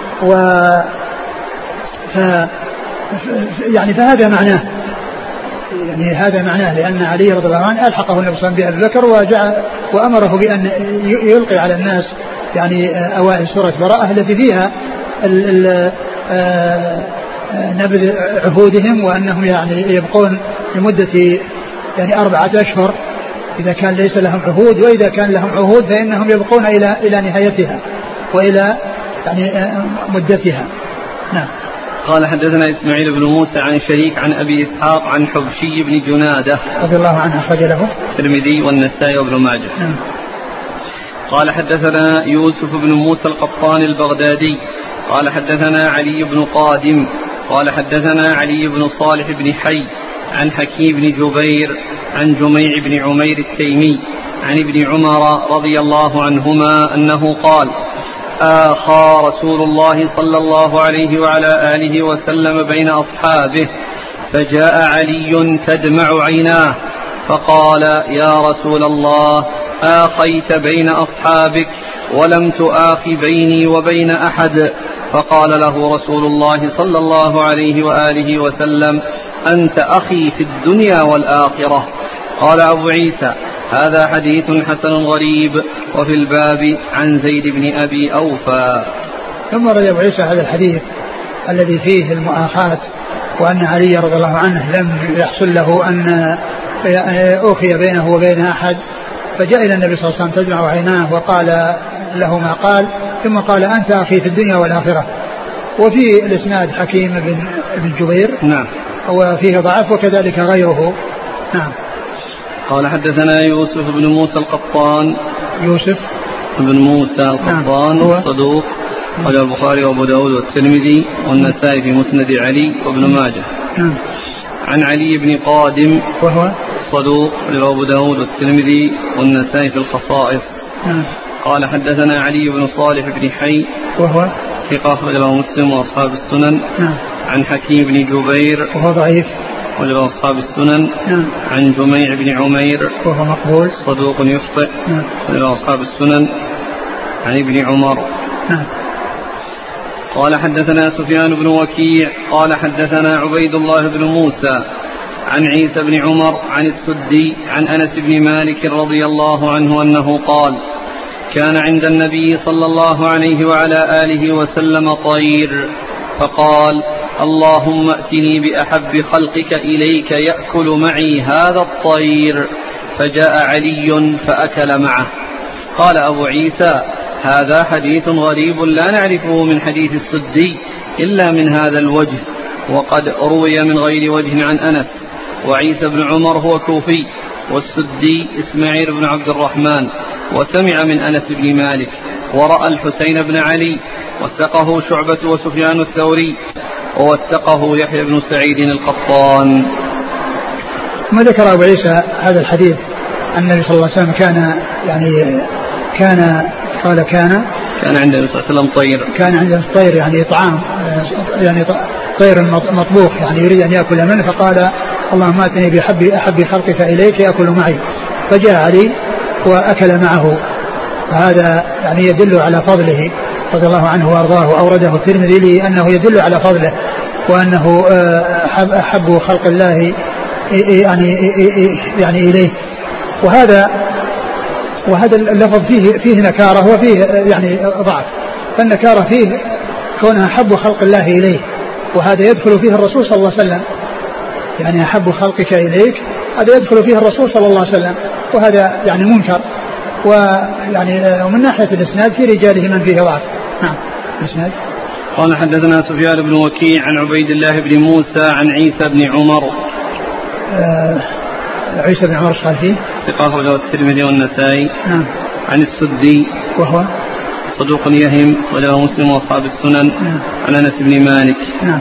يعني فهذا معناه، يعني هذا معناه، لأن علي رضي الله عنه ألحقه النبي صلى الله عليه وسلم بأبي بكر وأمره بأن يلقي على الناس يعني أوائل سورة براءة التي فيها نبذ عهودهم، وأنهم يعني يبقون لمدة يعني 4 أشهر إذا كان ليس لهم عهود، وإذا كان لهم عهود فإنهم يبقون إلى نهايتها وإلى يعني مدتها. نعم. قال حدثنا إسماعيل بن موسى عن شريك عن أبي إسحاق عن حبشي بن جنادة رضي الله عنه أخرج له الترمذي والنسائي وابن ماجه. نعم. قال حدثنا يوسف بن موسى القطان البغدادي قال حدثنا علي بن قادم قال حدثنا علي بن صالح بن حي عن حكيم بن جبير عن جميع بن عمير التيمي عن ابن عمر رضي الله عنهما أنه قال: آخى رسول الله صلى الله عليه وعلى آله وسلم بين أصحابه، فجاء علي تدمع عيناه فقال: يا رسول الله، آخيت بين أصحابك ولم تآخ بيني وبين أحد. فقال له رسول الله صلى الله عليه وآله وسلم: أنت أخي في الدنيا والآخرة. قال أبو عيسى: هذا حديث حسن غريب. وفي الباب عن زيد بن أبي أوفى. ثم روى أبو عيسى هذا الحديث الذي فيه المؤاخاة، وأن علي رضي الله عنه لم يحصل له أن أوخي بينه وبين أحد، فجاء إلى النبي صلى الله عليه وسلم تدمع عيناه وقال له ما قال، ثم قال: أنت أخي في الدنيا والآخرة. وفي الإسناد حكيم بن جبير. نعم. وفيه ضعف وكذلك غيره. نعم. قال حدثنا يوسف بن موسى القطان. يوسف بن موسى القطان. نعم. صدوق، قال البخاري وابو داود والترمذي والنسائي في مسند علي وابن ماجه. نعم. عن علي بن قادم وهو صدوق، وابو داود والترمذي والنسائي في الخصائص. نعم. قال حدثنا علي بن صالح بن حي وهو ثقة أخرجه مسلم وأصحاب السنن. نعم. عن حكيم بن جبير وهو ضعيف أخرجه أصحاب السنن. نعم. عن جميع بن عمير وهو مقبول صدوق يخطئ. نعم. أخرجه أصحاب السنن. عن ابن عمر. نعم. قال حدثنا سفيان بن وكيع قال حدثنا عبيد الله بن موسى عن عيسى بن عمر عن السدي عن أنس بن مالك رضي الله عنه أنه قال: كان عند النبي صلى الله عليه وعلى آله وسلم طير، فقال: اللهم ائتني بأحب خلقك إليك يأكل معي هذا الطير، فجاء علي فأكل معه. قال أبو عيسى: هذا حديث غريب لا نعرفه من حديث السدي إلا من هذا الوجه، وقد روي من غير وجه عن أنس. وعيسى بن عمر هو كوفي، والسدي إسماعيل بن عبد الرحمن، وسمع من أنس بن مالك، ورأى الحسين بن علي، وثقه شعبة وسفيان الثوري، ووثقه يحيى بن سعيد القطان. ما ذكر أبو عيسى هذا الحديث أن النبي صلى الله عليه وسلم كان عند النبي صلى الله عليه وسلم طير، كان عنده طير يعني طعام، يعني طير مطبوخ، يعني يريد أن يأكل منه، فقال: اللهم اتني بأحب خلقك إليك يأكل معي، فجاء علي وأكل معه. فهذا يعني يدل على فضله رضي الله عنه وأرضاه. أورده الترمذي لأنه يدل على فضله، وأنه أحب خلق الله يعني إليه. وهذا اللفظ فيه نكارة وفيه يعني ضعف. فالنكارة فيه كونها أحب خلق الله إليه، وهذا يدخل فيه الرسول صلى الله عليه وسلم، يعني أحب خلقك إليك هذا يدخل فيه الرسول صلى الله عليه وسلم، وهذا يعني منكر. ويعني ومن ناحية الإسناد في رجاله من فيه ضعف. نعم. الإسناد. قال حدثنا سفيان بن وكيع عن عبيد الله بن موسى عن عيسى بن عمر. عيسى بن عمر قال فيه ثقة أخرجه الترمذي والنسائي. نعم. عن السدي وهو صدوق يهم، وله مسلم وأصحاب السنن. نعم. عن أنس بن مالك. نعم.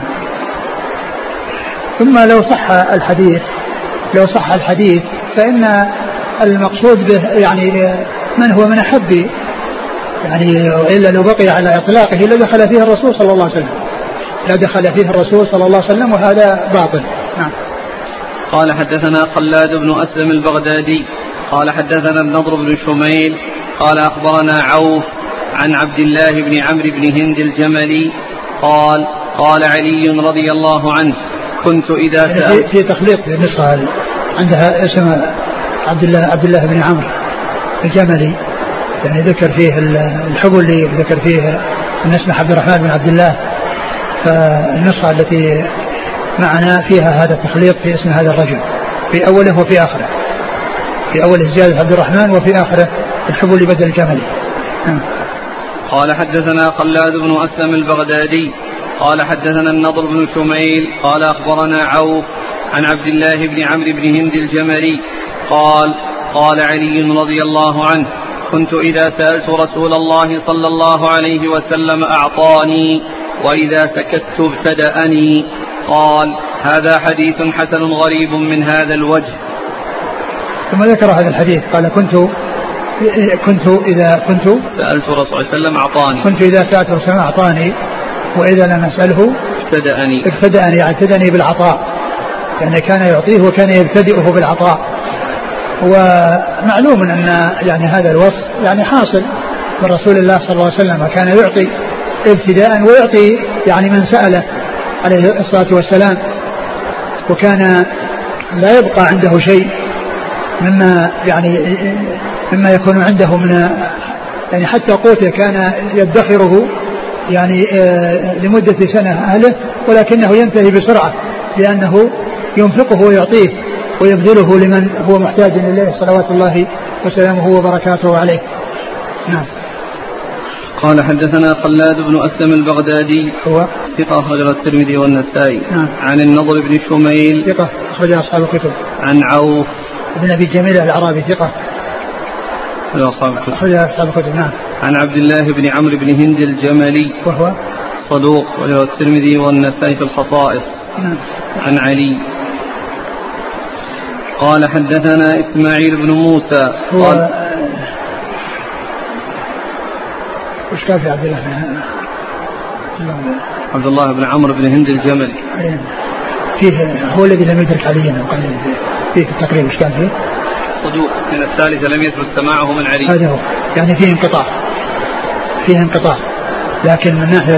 ثم لو صح الحديث فإن المقصود به يعني من هو من أحب، يعني إلا لو بقي على إطلاقه لدخل فيه الرسول صلى الله عليه وسلم، لا دخل فيه الرسول صلى الله عليه وسلم، وهذا باطل. نعم. قال حدثنا خلاد بن أسلم البغدادي قال حدثنا النضر بن شميل قال أخبرنا عوف عن عبد الله بن عمرو بن هند الجملي قال قال علي رضي الله عنه كنت إذا سألت في تخليط في النسخة عندها اسم عبد الله بن عمرو الجملي، يعني ذكر فيه الحبلي وذكر فيه أن اسمه عبد الرحمن بن عبد الله، فالنسخة التي معنا فيها هذا التخليط في اسم هذا الرجل في أوله وفي آخره، في أوله زيادة عبد الرحمن وفي آخره الحبلي بدل الجملي. قال حدثنا خلاد بن أسلم البغدادي قال حدثنا النضر بن شميل قال أخبرنا عوف عن عبد الله بن عمرو بن هند الجملي قال قال علي رضي الله عنه كنت إذا سألت رسول الله صلى الله عليه وسلم أعطاني وإذا سكت ابتدأني. قال هذا حديث حسن غريب من هذا الوجه. ثم ذكر هذا الحديث قال كنت إذا سألت رسول الله صلى الله عليه وسلم أعطاني، كنت إذا سألت رسول الله أعطاني وإذا لم أسأله ابتدأني يعني ابتدأني بالعطاء، يعني كان يعطيه وكان يبتدئه بالعطاء. ومعلوم أن يعني هذا الوصف يعني حاصل من رسول الله صلى الله عليه وسلم، كان يعطي ابتداء ويعطي يعني من سأله عليه الصلاة والسلام، وكان لا يبقى عنده شيء مما يكون عنده من يعني حتى قوته كان يدخره يعني لمدة سنة أهله، ولكنه ينتهي بسرعة لأنه ينفقه ويعطيه ويبذله لمن هو محتاج إليه صلوات الله وسلامه وبركاته عليه. نعم. قال حدثنا خلاد بن أسلم البغدادي هو ثقة أخرج الترمذي والنسائي. نعم. عن النضر بن شميل ثقة أخرج أصحاب الكتب. عن عوف بن أبي جميل الأعرابي ثقة أخرج أصحاب الكتب. نعم. عن عبد الله بن عمرو بن هند الجملي وهو صدوق وله الترمذي والنسائي في الخصائص. نعم. عن علي قال حدثنا إسماعيل بن موسى قال وش كان في عبد الله بن عمرو بن هند الجملي فيه هو الذي لم يدرك عليا فيه التقريب وش كان فيه صدوق من الثالثة لم يثبت سماعه من علي. هذا هو يعني فيه انقطاع لكن من ناحية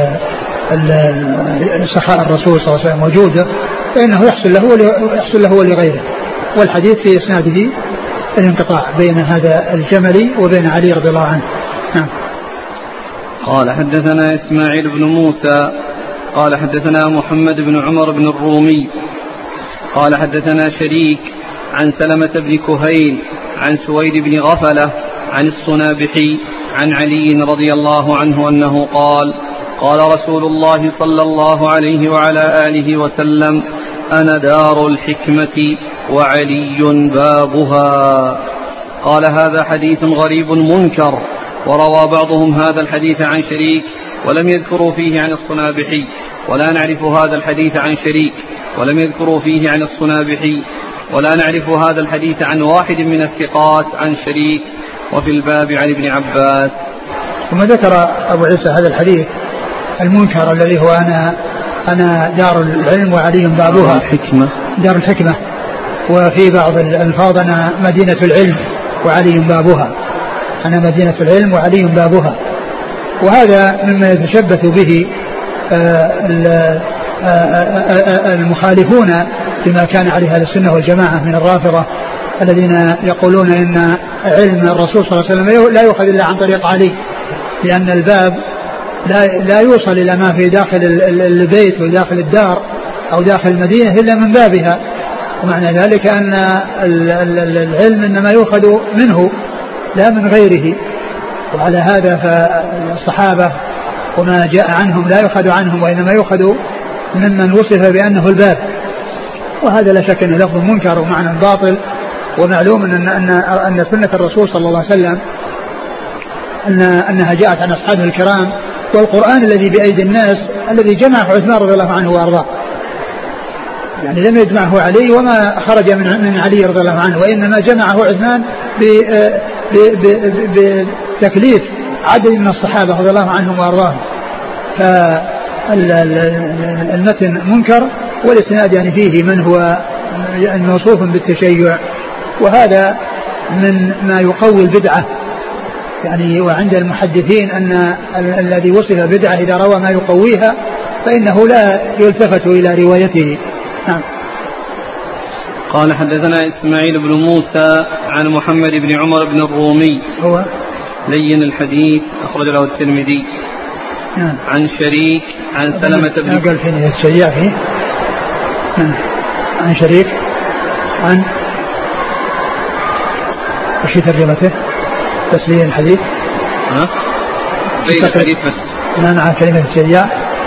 سخاء الرسول صلى الله عليه وسلم وجوده فإنه يحصل له ولغيره، والحديث في إسناده الانقطاع بين هذا الجملي وبين علي رضي الله عنه. نعم. قال حدثنا إسماعيل بن موسى قال حدثنا محمد بن عمر بن الرومي قال حدثنا شريك عن سلمة بن كهيل عن سويد بن غفلة عن الصنابحي عن علي رضي الله عنه أنه قال قال رسول الله صلى الله عليه وعلى آله وسلم أنا دار الحكمة وعلي بابها. قال هذا حديث غريب منكر، وروى بعضهم هذا الحديث عن شريك ولم يذكروا فيه عن الصنابحي، ولا نعرف هذا الحديث عن شريك ولم يذكروا فيه عن الصنابحي، ولا نعرف هذا الحديث عن واحد من الثقات عن شريك. وفي الباب عن ابن عباس. ثم ذكر أبو عيسى هذا الحديث المنكر الذي هو أنا دار العلم وعلي بابها، دار الحكمة، وفي بعض الألفاظ أنا مدينة العلم وعلي بابها، أنا مدينة العلم وعلي بابها. وهذا مما يتشبث به المخالفون بما كان عليه أهل السنة والجماعة من الرافضة الذين يقولون إن علم الرسول صلى الله عليه وسلم لا يؤخذ إلا عن طريق علي، لأن الباب لا يوصل إلى ما في داخل البيت وداخل الدار أو داخل المدينة إلا من بابها، ومعنى ذلك أن العلم إنما يؤخذ منه لا من غيره. وعلى هذا فالصحابة وما جاء عنهم لا يؤخذ عنهم وإنما يؤخذ ممن وصف بأنه الباب، وهذا لا شك أنه لفظ منكر ومعنى باطل. ومعلوم أن سنة الرسول صلى الله عليه وسلم أنها جاءت عن أصحابه الكرام، والقرآن الذي بأيدي الناس الذي جمعه عثمان رضي الله عنه وأرضاه. يعني لم يجمعه علي وما خرج من علي رضي الله عنه، وإنما جمعه عثمان بتكليف عدد من الصحابة رضي الله عنهم وأرضاهم. فالمتن منكر والإسناد يعني فيه من هو موصوف بالتشيع، وهذا من ما يقوي البدعة يعني. وعند المحدثين أن الذي وصف بدعة إذا روى ما يقويها فإنه لا يلتفت إلى روايته. نعم. قال حدثنا إسماعيل بن موسى عن محمد بن عمر بن الرومي هو لين الحديث أخرج له الترمذي. نعم. عن شريك عن سلمة بن قال فيه الشيع فيه. عن شريك عن وش ترجمته؟ تسليم الحديث. لين الحديث بس. مع كلمة الشيع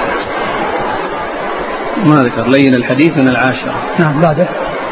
ما ذكر لين الحديث من العاشرة. نعم. بعده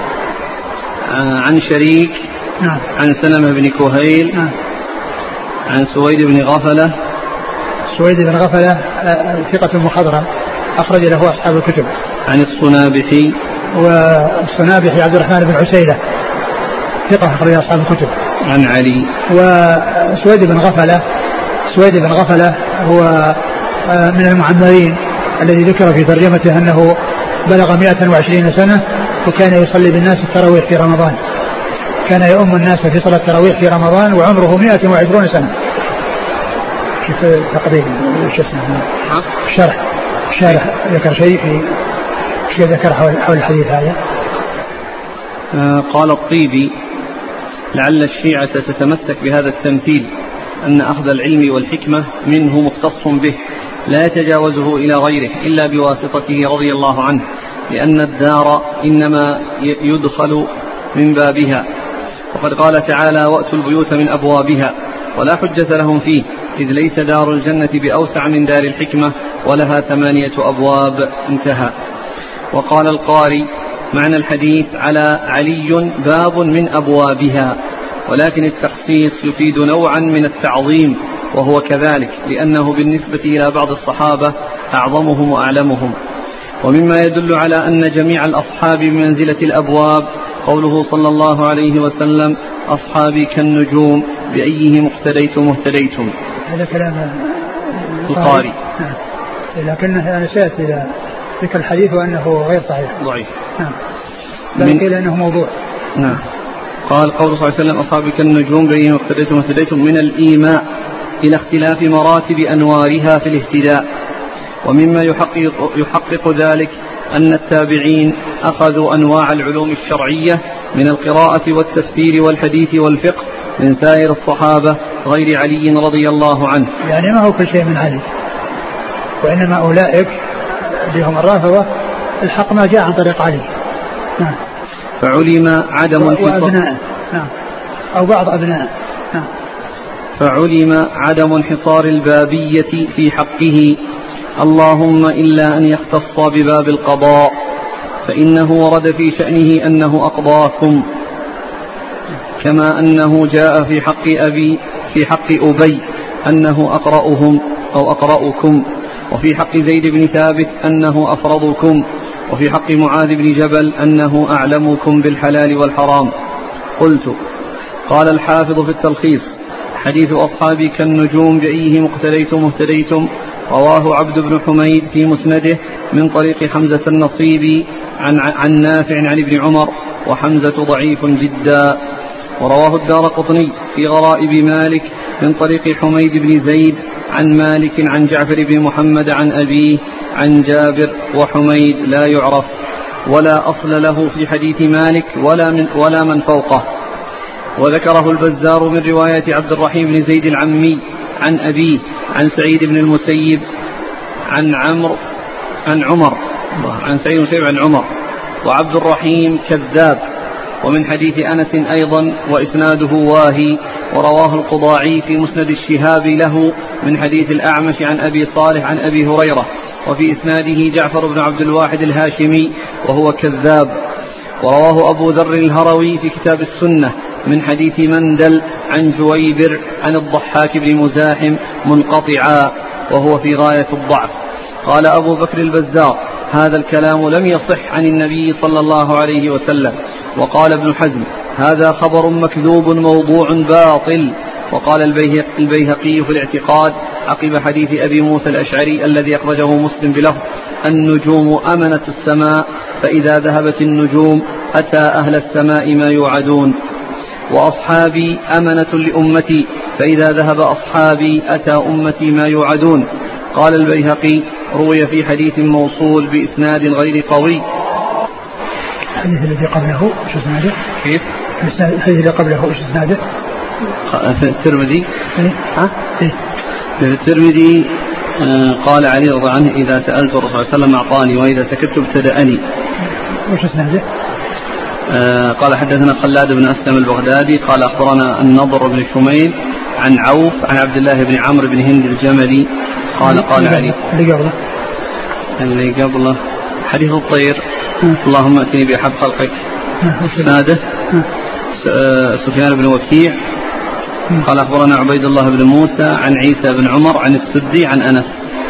عن شريك. نعم. عن سلمة بن كهيل. نعم. عن سويد بن غفلة. سويد بن غفلة ثقة مخضرم أخرج له أصحاب الكتب. عن الصنابحي. والصنابحي عبد الرحمن بن عسيلة ثقة أخرج أصحاب الكتب. عن علي. وسويد بن غفلة هو من المعمرين الذي ذكر في ترجمته أنه بلغ 120 سنة وكان يصلي بالناس التراويح في رمضان، كان يؤم الناس في صلاة التراويح في رمضان وعمره 120 سنة. كيف تقديم وش اسمه الشارح ذكر شيء في شيء ذكر حول الحديث هذا. قال الطيبي لعل الشيعة تتمسك بهذا التمثيل أن أخذ العلم والحكمة منه مختص به لا يتجاوزه إلى غيره إلا بواسطته رضي الله عنه، لأن الدار إنما يدخل من بابها، وقد قال تعالى وأتوا البيوت من أبوابها، ولا حجة لهم فيه إذ ليس دار الجنة بأوسع من دار الحكمة ولها 8 أبواب. انتهى. وقال القاري معنى الحديث على علي باب من أبوابها، ولكن التخصيص يفيد نوعا من التعظيم، وهو كذلك لأنه بالنسبة إلى بعض الصحابة أعظمهم وأعلمهم. ومما يدل على أن جميع الأصحاب بمنزلة الأبواب قوله صلى الله عليه وسلم أصحابي كالنجوم بأيهم اقتديتم اهتديتم. هذا كلام القاري. لكنه أنا سأت إلى ذكر الحديث وأنه غير صحيح ضعيف. لكن لأنه موضوع. نعم. قال قول صلى الله عليه وسلم أصحابي كالنجوم بأيهم اقتديتم اهتديتم من الإيماء إلى اختلاف مراتب أنوارها في الاهتداء. ومما يحقق ذلك أن التابعين أخذوا أنواع العلوم الشرعية من القراءة والتفسير والحديث والفقه من سائر الصحابة غير علي رضي الله عنه. يعني ما هو كل شيء من علي، وإنما أولئك بهم الرافضة الحق ما جاء عن طريق علي. نعم. فعلم عدم وأبنائه. نعم. أو بعض أبنائه. نعم. فعلم عدم انحصار البابية في حقه اللهم إلا أن يختص بباب القضاء، فإنه ورد في شأنه أنه أقضاكم، كما أنه جاء في حق أبي أنه أقرأهم أو أقرأكم، وفي حق زيد بن ثابت أنه أفرضكم، وفي حق معاذ بن جبل أنه أعلمكم بالحلال والحرام. قلت قال الحافظ في التلخيص حديث أصحابي كالنجوم بأيهم اقتديتم اهتديتم رواه عبد بن حميد في مسنده من طريق حمزة النصيبي عن نافع عن ابن عمر، وحمزة ضعيف جدا. ورواه الدارقطني في غرائب مالك من طريق حميد بن زيد عن مالك عن جعفر بن محمد عن أبيه عن جابر، وحميد لا يعرف ولا أصل له في حديث مالك ولا من فوقه. وذكره البزار من رواية عبد الرحيم بن زيد العمي عن أبيه عن سعيد بن المسيب عن عمر، وعبد الرحيم كذاب. ومن حديث أنس أيضا وإسناده واهي. ورواه القضاعي في مسند الشهاب له من حديث الأعمش عن أبي صالح عن أبي هريرة، وفي إسناده جعفر بن عبد الواحد الهاشمي وهو كذاب. ورواه أبو ذر الهروي في كتاب السنة من حديث مندل عن جويبر عن الضحاك بن مزاحم منقطعا وهو في غاية الضعف. قال أبو بكر البزار هذا الكلام لم يصح عن النبي صلى الله عليه وسلم. وقال ابن حزم هذا خبر مكذوب موضوع باطل. وقال البيهقي في الاعتقاد عقب حديث أبي موسى الأشعري الذي أخرجه مسلم بلفظ النجوم أمنة السماء فإذا ذهبت النجوم أتى أهل السماء ما يوعدون، وأصحابي أمنة لأمتي فإذا ذهب أصحابي أتى أمتي ما يوعدون. قال البيهقي روي في حديث موصول بإسناد غير قوي. الحديث الذي قبله وش اسناده؟ كيف؟ الحديث الذي قبله وش اسناده؟ في الترمذي. ها؟ في الترمذي قال علي رضي الله عنه إذا سألت الرسول صلى الله عليه وسلم أعطاني وإذا سكت ابتدأني. وش اسناده؟ قال حدثنا خلاد بن أسلم البغدادي قال أخبرنا النضر بن شميل عن عوف عن عبد الله بن عمرو بن هند الجملي قال علي اللي قبله حديث الطير اللهم أتني بأحب خلقك. اسناده سفيان بن وكيع قال أخبرنا عبيد الله بن موسى عن عيسى بن عمر عن السدي عن أنس.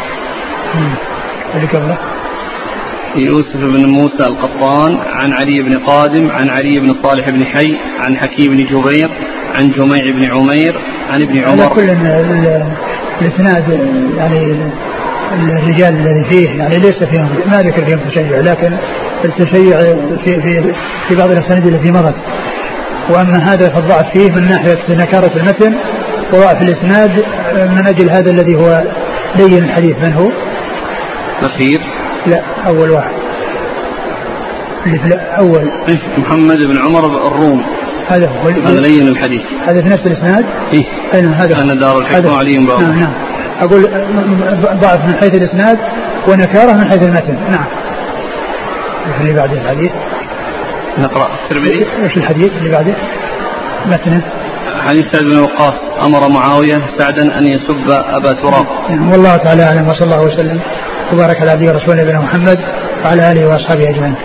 اللي قبله يوسف بن موسى القطان عن علي بن قادم عن علي بن صالح بن حي عن حكيم بن جبير عن جميع بن عمير عن ابن عمر. على كل الاسناد يعني الرجال الذي فيه يعني ليس فيهم ما ذكر فيهم تشيع، لكن التشيع في بعض الاسانيد التي مضت. واما هذا فالضعف فيه من ناحيه نكاره المتن وضعف الاسناد من اجل هذا الذي هو لين الحديث. من هو؟ بخير؟ لا اول واحد اللي في الاول محمد بن عمر الروم. هذا هو لين الحديث. هذا في نفس الاسناد. إيه؟ هذا أن دار الحكمة علي بن أبي. نعم. اقول ضعف من حيث الاسناد ونكاره من حيث المتن. نعم. اللي بعد الحديث نقرأ الترمذي. وش الحديث اللي بعده؟ متنه حديث سعد بن وقاص أمر معاوية سعدا أن يسب أبا تراب. والله تعالى أعلم وصلى الله وسلم وبارك على عبده ورسوله نبينا محمد وعلى آله وأصحابه أجمعين.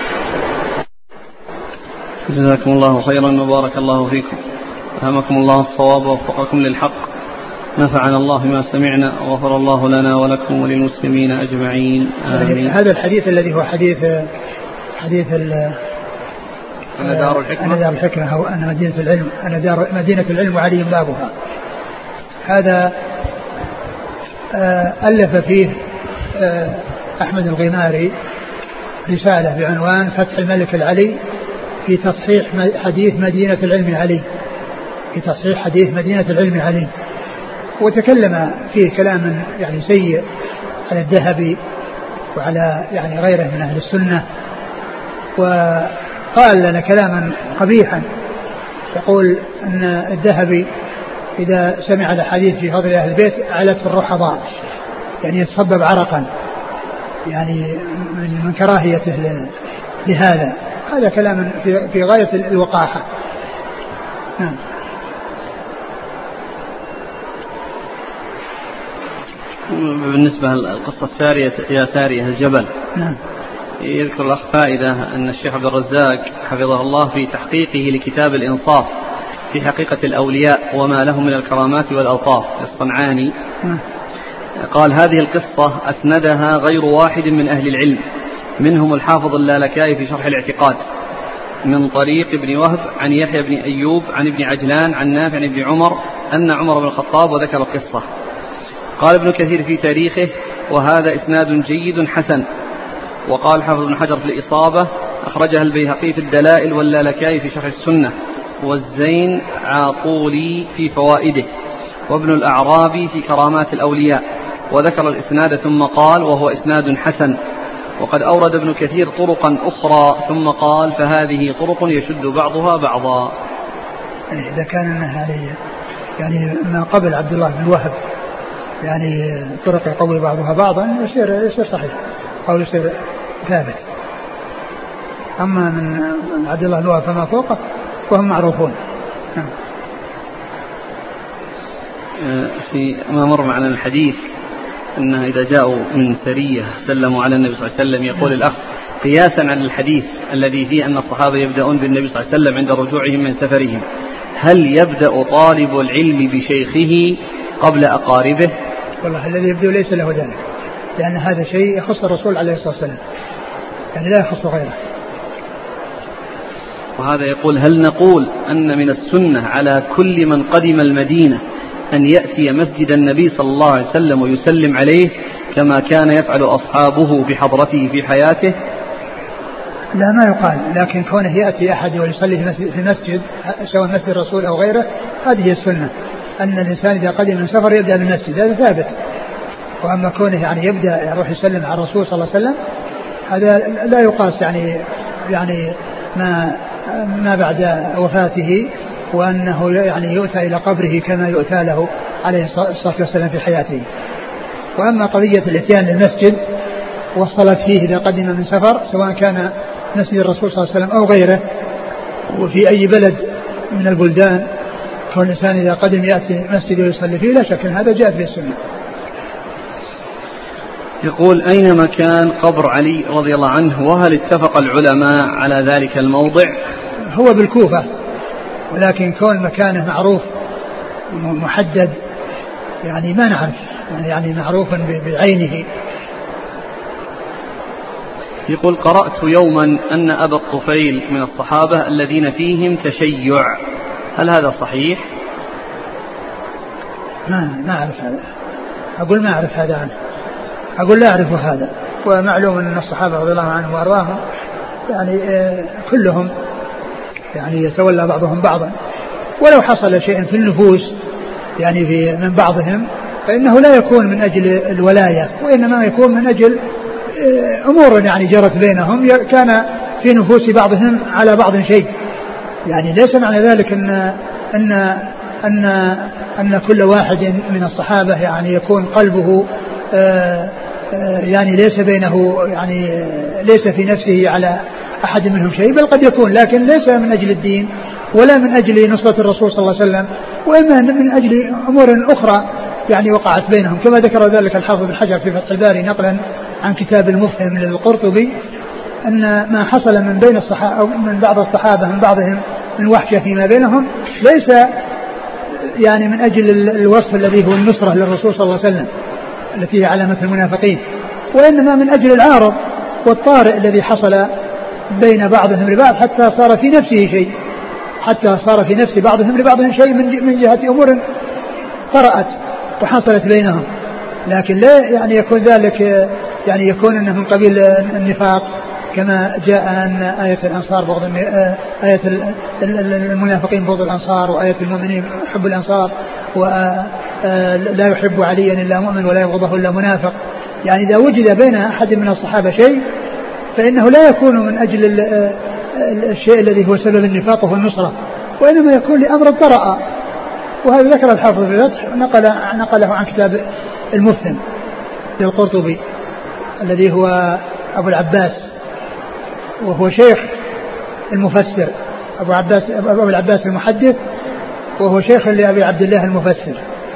جزاكم الله خيرا وبارك الله فيكم، ألهمكم الله الصواب ووفقكم للحق، نفعنا الله ما سمعنا وغفر الله لنا ولكم وللمسلمين أجمعين آمين. هذا الحديث الذي هو حديث أنا دار الحكمة أو أنا مدينة العلم، أنا مدينة العلم وعلي بابها. هذا ألف فيه أحمد الغماري رسالة بعنوان فتح الملك العلي في تصحيح حديث مدينة العلم علي، في تصحيح حديث مدينة العلم علي. وتكلم فيه كلام يعني سيء على الذهبي وعلى يعني غيره من أهل السنة، وقال لنا كلاما قبيحا يقول أن الذهبي إذا سمع الحديث في فضل أهل البيت علت الرحضاء، يعني يتصبب عرقا يعني من كراهيته لهذا. هذا كلام في غاية الوقاحة. نعم. بالنسبة للقصة السارية يا سارية الجبل، نعم. يذكر الأخ فائدة أن الشيخ عبد الرزاق حفظه الله في تحقيقه لكتاب الإنصاف في حقيقة الأولياء وما لهم من الكرامات والألطاف الصنعاني قال هذه القصة أسندها غير واحد من أهل العلم، منهم الحافظ اللالكائي في شرح الاعتقاد من طريق ابن وهب عن يحيى بن أيوب عن ابن عجلان عن نافع عن ابن عمر أن عمر بن الخطاب وذكر القصة. قال ابن كثير في تاريخه وهذا إسناد جيد حسن. وقال حافظ بن حجر في الإصابة أخرجها البيهقي في الدلائل واللالكائي في شرح السنة والزين عاطولي في فوائده وابن الأعرابي في كرامات الأولياء، وذكر الإسناد ثم قال وهو إسناد حسن. وقد أورد ابن كثير طرقا أخرى ثم قال فهذه طرق يشد بعضها بعضا. إذا كان هذه يعني ما قبل عبد الله بن وهب يعني طرق يقوي بعضها بعضا يصير صحيح أو يصير ثابت. أما من عبد الله بن وهب فما فوقه وهم معروفون. في ما مر معنا الحديث أنه إذا جاءوا من سرية سلموا على النبي صلى الله عليه وسلم، يقول الأخ قياسا على الحديث الذي فيه أن الصحابة يبدأون بالنبي صلى الله عليه وسلم عند رجوعهم من سفرهم، هل يبدأ طالب العلم بشيخه قبل أقاربه؟ والله الذي يبدأ ليس له ذلك، لأن هذا شيء يخص الرسول عليه الصلاة والسلام، يعني لا يخص غيره. وهذا يقول: هل نقول أن من السنة على كل من قدم المدينة أن يأتي مسجد النبي صلى الله عليه وسلم ويسلم عليه كما كان يفعل أصحابه بحضرته في حياته؟ لا، ما يقال، لكن كونه يأتي أحد ويصلي في مسجد سواء مسجد الرسول أو غيره، هذه هي السنة، أن الإنسان إذا قدم من سفر يبدأ بالمسجد، هذا ثابت. وأما كونه يعني يبدأ يروح يسلم على الرسول صلى الله عليه وسلم، هذا لا يقاس يعني ما بعد وفاته، وأنه يعني يؤتى إلى قبره كما يؤتى له عليه الصلاة والسلام في حياته. وأما قضية الاتيان للمسجد والصلاة فيه إذا قدم من سفر سواء كان مسجد الرسول صلى الله عليه وسلم أو غيره، وفي أي بلد من البلدان، كون الإنسان إذا قدم يأتي مسجد ويصلي فيه لا شك أن هذا جاءت به السنة. يقول: أين مكان قبر علي رضي الله عنه، وهل اتفق العلماء على ذلك الموضع؟ هو بالكوفة، ولكن كون مكانه معروف محدد يعني ما نعرف، يعني معروفا بعينه. يقول: قرأت يوما أن أبا الطفيل من الصحابة الذين فيهم تشيع، هل هذا صحيح؟ ما أعرف هذا، أقول ما أعرف هذا عنه، أقول لا أعرف هذا. ومعلوم أن الصحابة رضي الله عنهم وأرضاهم يعني كلهم يعني يتولى بعضهم بعضا، ولو حصل شيء في النفوس يعني من بعضهم فإنه لا يكون من أجل الولاية، وإنما يكون من أجل أمور يعني جرت بينهم كان في نفوس بعضهم على بعض شيء. يعني ليس معنى ذلك أن كل واحد من الصحابة يعني يكون قلبه يعني ليس بينه يعني ليس في نفسه على أحد منهم شيء، بل قد يكون، لكن ليس من أجل الدين ولا من أجل نصرة الرسول صلى الله عليه وسلم، وإما من أجل أمور أخرى يعني وقعت بينهم، كما ذكر ذلك الحافظ بن حجر في فتح الباري نقلا عن كتاب المفهم للقرطبي، أن ما حصل من بين الصحابة أو من بعض الصحابة من بعضهم من وحشة فيما بينهم ليس يعني من أجل الوصف الذي هو النصرة للرسول صلى الله عليه وسلم التي هي علامة المنافقين، وإنما من أجل العارض والطارئ الذي حصل بين بعضهم لبعض حتى صار في نفسه شيء، حتى صار في نفس بعضهم لبعضهم شيء من جهة أمور طرأت وحصلت بينهم، لكن لا يعني يكون ذلك يعني يكون أنه من قبيل النفاق، كما جاء أن آية الأنصار بغض آية المنافقين بغض الأنصار، وآية المؤمنين حب الأنصار، ولا يحب عليا إلا مؤمن ولا يبغضه إلا منافق. يعني إذا وجد بين أحد من الصحابة شيء فإنه لا يكون من أجل الشيء الذي هو سبب النفاق وهو النصرة، وإنما يكون لأمر طرأ. وهذا ذكر الحافظ في الفتح نقله عن كتاب المفهم للقرطبي الذي هو أبو العباس، وهو شيخ المفسر أبو العباس المحدث، وهو شيخ لأبي عبد الله المفسر.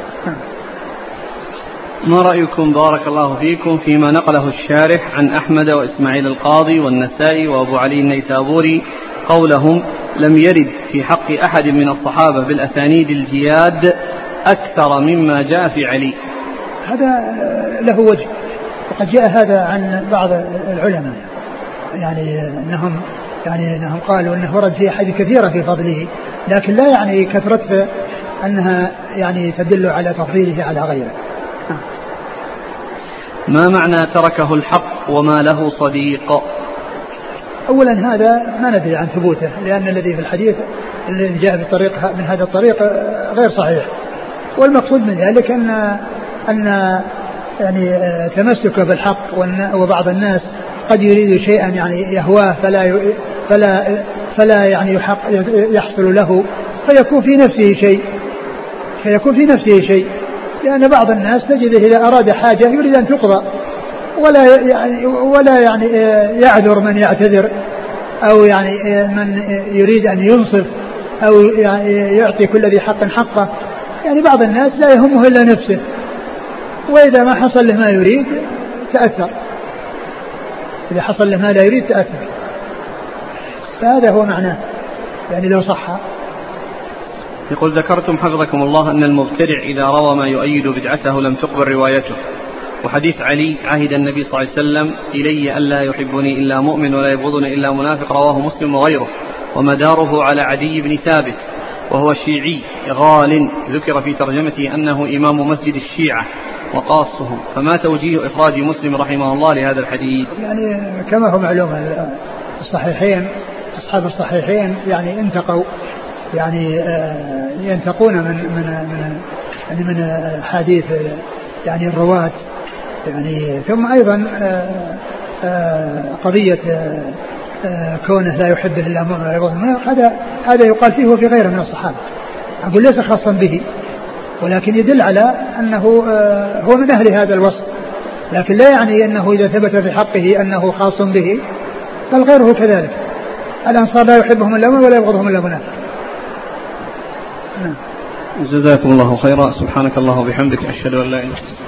ما رأيكم بارك الله فيكم فيما نقله الشارح عن أحمد وإسماعيل القاضي والنسائي وأبو علي النيسابوري قولهم: لم يرد في حق أحد من الصحابة بالأسانيد الجياد أكثر مما جاء في علي؟ هذا له وجه، وقد جاء هذا عن بعض العلماء يعني أنهم قالوا أنه ورد فيه أحاديث كثيرة في فضله، لكن لا يعني كثرتها أنها يعني تدل على تفضيله على غيره. ما معنى تركه الحق وما له صديق؟ أولا هذا ما ندري عن ثبوته، لأن الذي في الحديث الذي جاء بالطريق من هذا الطريق غير صحيح، والمقصود من ذلك أن يعني تمسك بالحق، وبعض الناس قد يريد شيئا يعني يهواه فلا يعني يحصل له فيكون في نفسه شيء، لأن بعض الناس تجده إذا أراد حاجة يريد أن تقضى ولا يعني يعذر من يعتذر، أو يعني من يريد أن ينصف أو يعني يعطي كل ذي حق حقه. يعني بعض الناس لا يهمه إلا نفسه، وإذا ما حصل له ما يريد تأثر، إذا حصل له ما لا يريد تأثر، فهذا هو معناه يعني لو صح. يقول: ذكرتم حفظكم الله أن المبتدع إذا روى ما يؤيد بدعته لم تقبل روايته، وحديث علي عهد النبي صلى الله عليه وسلم إلي ألا يحبني إلا مؤمن ولا يبغضني إلا منافق، رواه مسلم وغيره، ومداره على عدي بن ثابت وهو شيعي غال ذكر في ترجمته أنه إمام مسجد الشيعة وقاصهم، فما توجيه إخراج مسلم رحمه الله لهذا الحديث؟ يعني كما هو معلوم الصحيحين أصحاب الصحيحين يعني انتقوا يعني ينتقون من حديث يعني الرواة يعني. ثم أيضا قضية كونه لا يحبه إلا مؤمن ولا يبغضه هذا يقال فيه وفي غيره من الصحابة. أقول ليس خاصا به، ولكن يدل على أنه هو من أهل هذا الوصف، لكن لا يعني أنه إذا ثبت في حقه أنه خاص به، بل غيره كذلك. الأنصار لا يحبهم إلا مؤمن ولا يبغضهم إلا منافق. جزاكم الله خيرا. سبحانك الله وبحمدك، أشهد أن لا إله إلا أنت.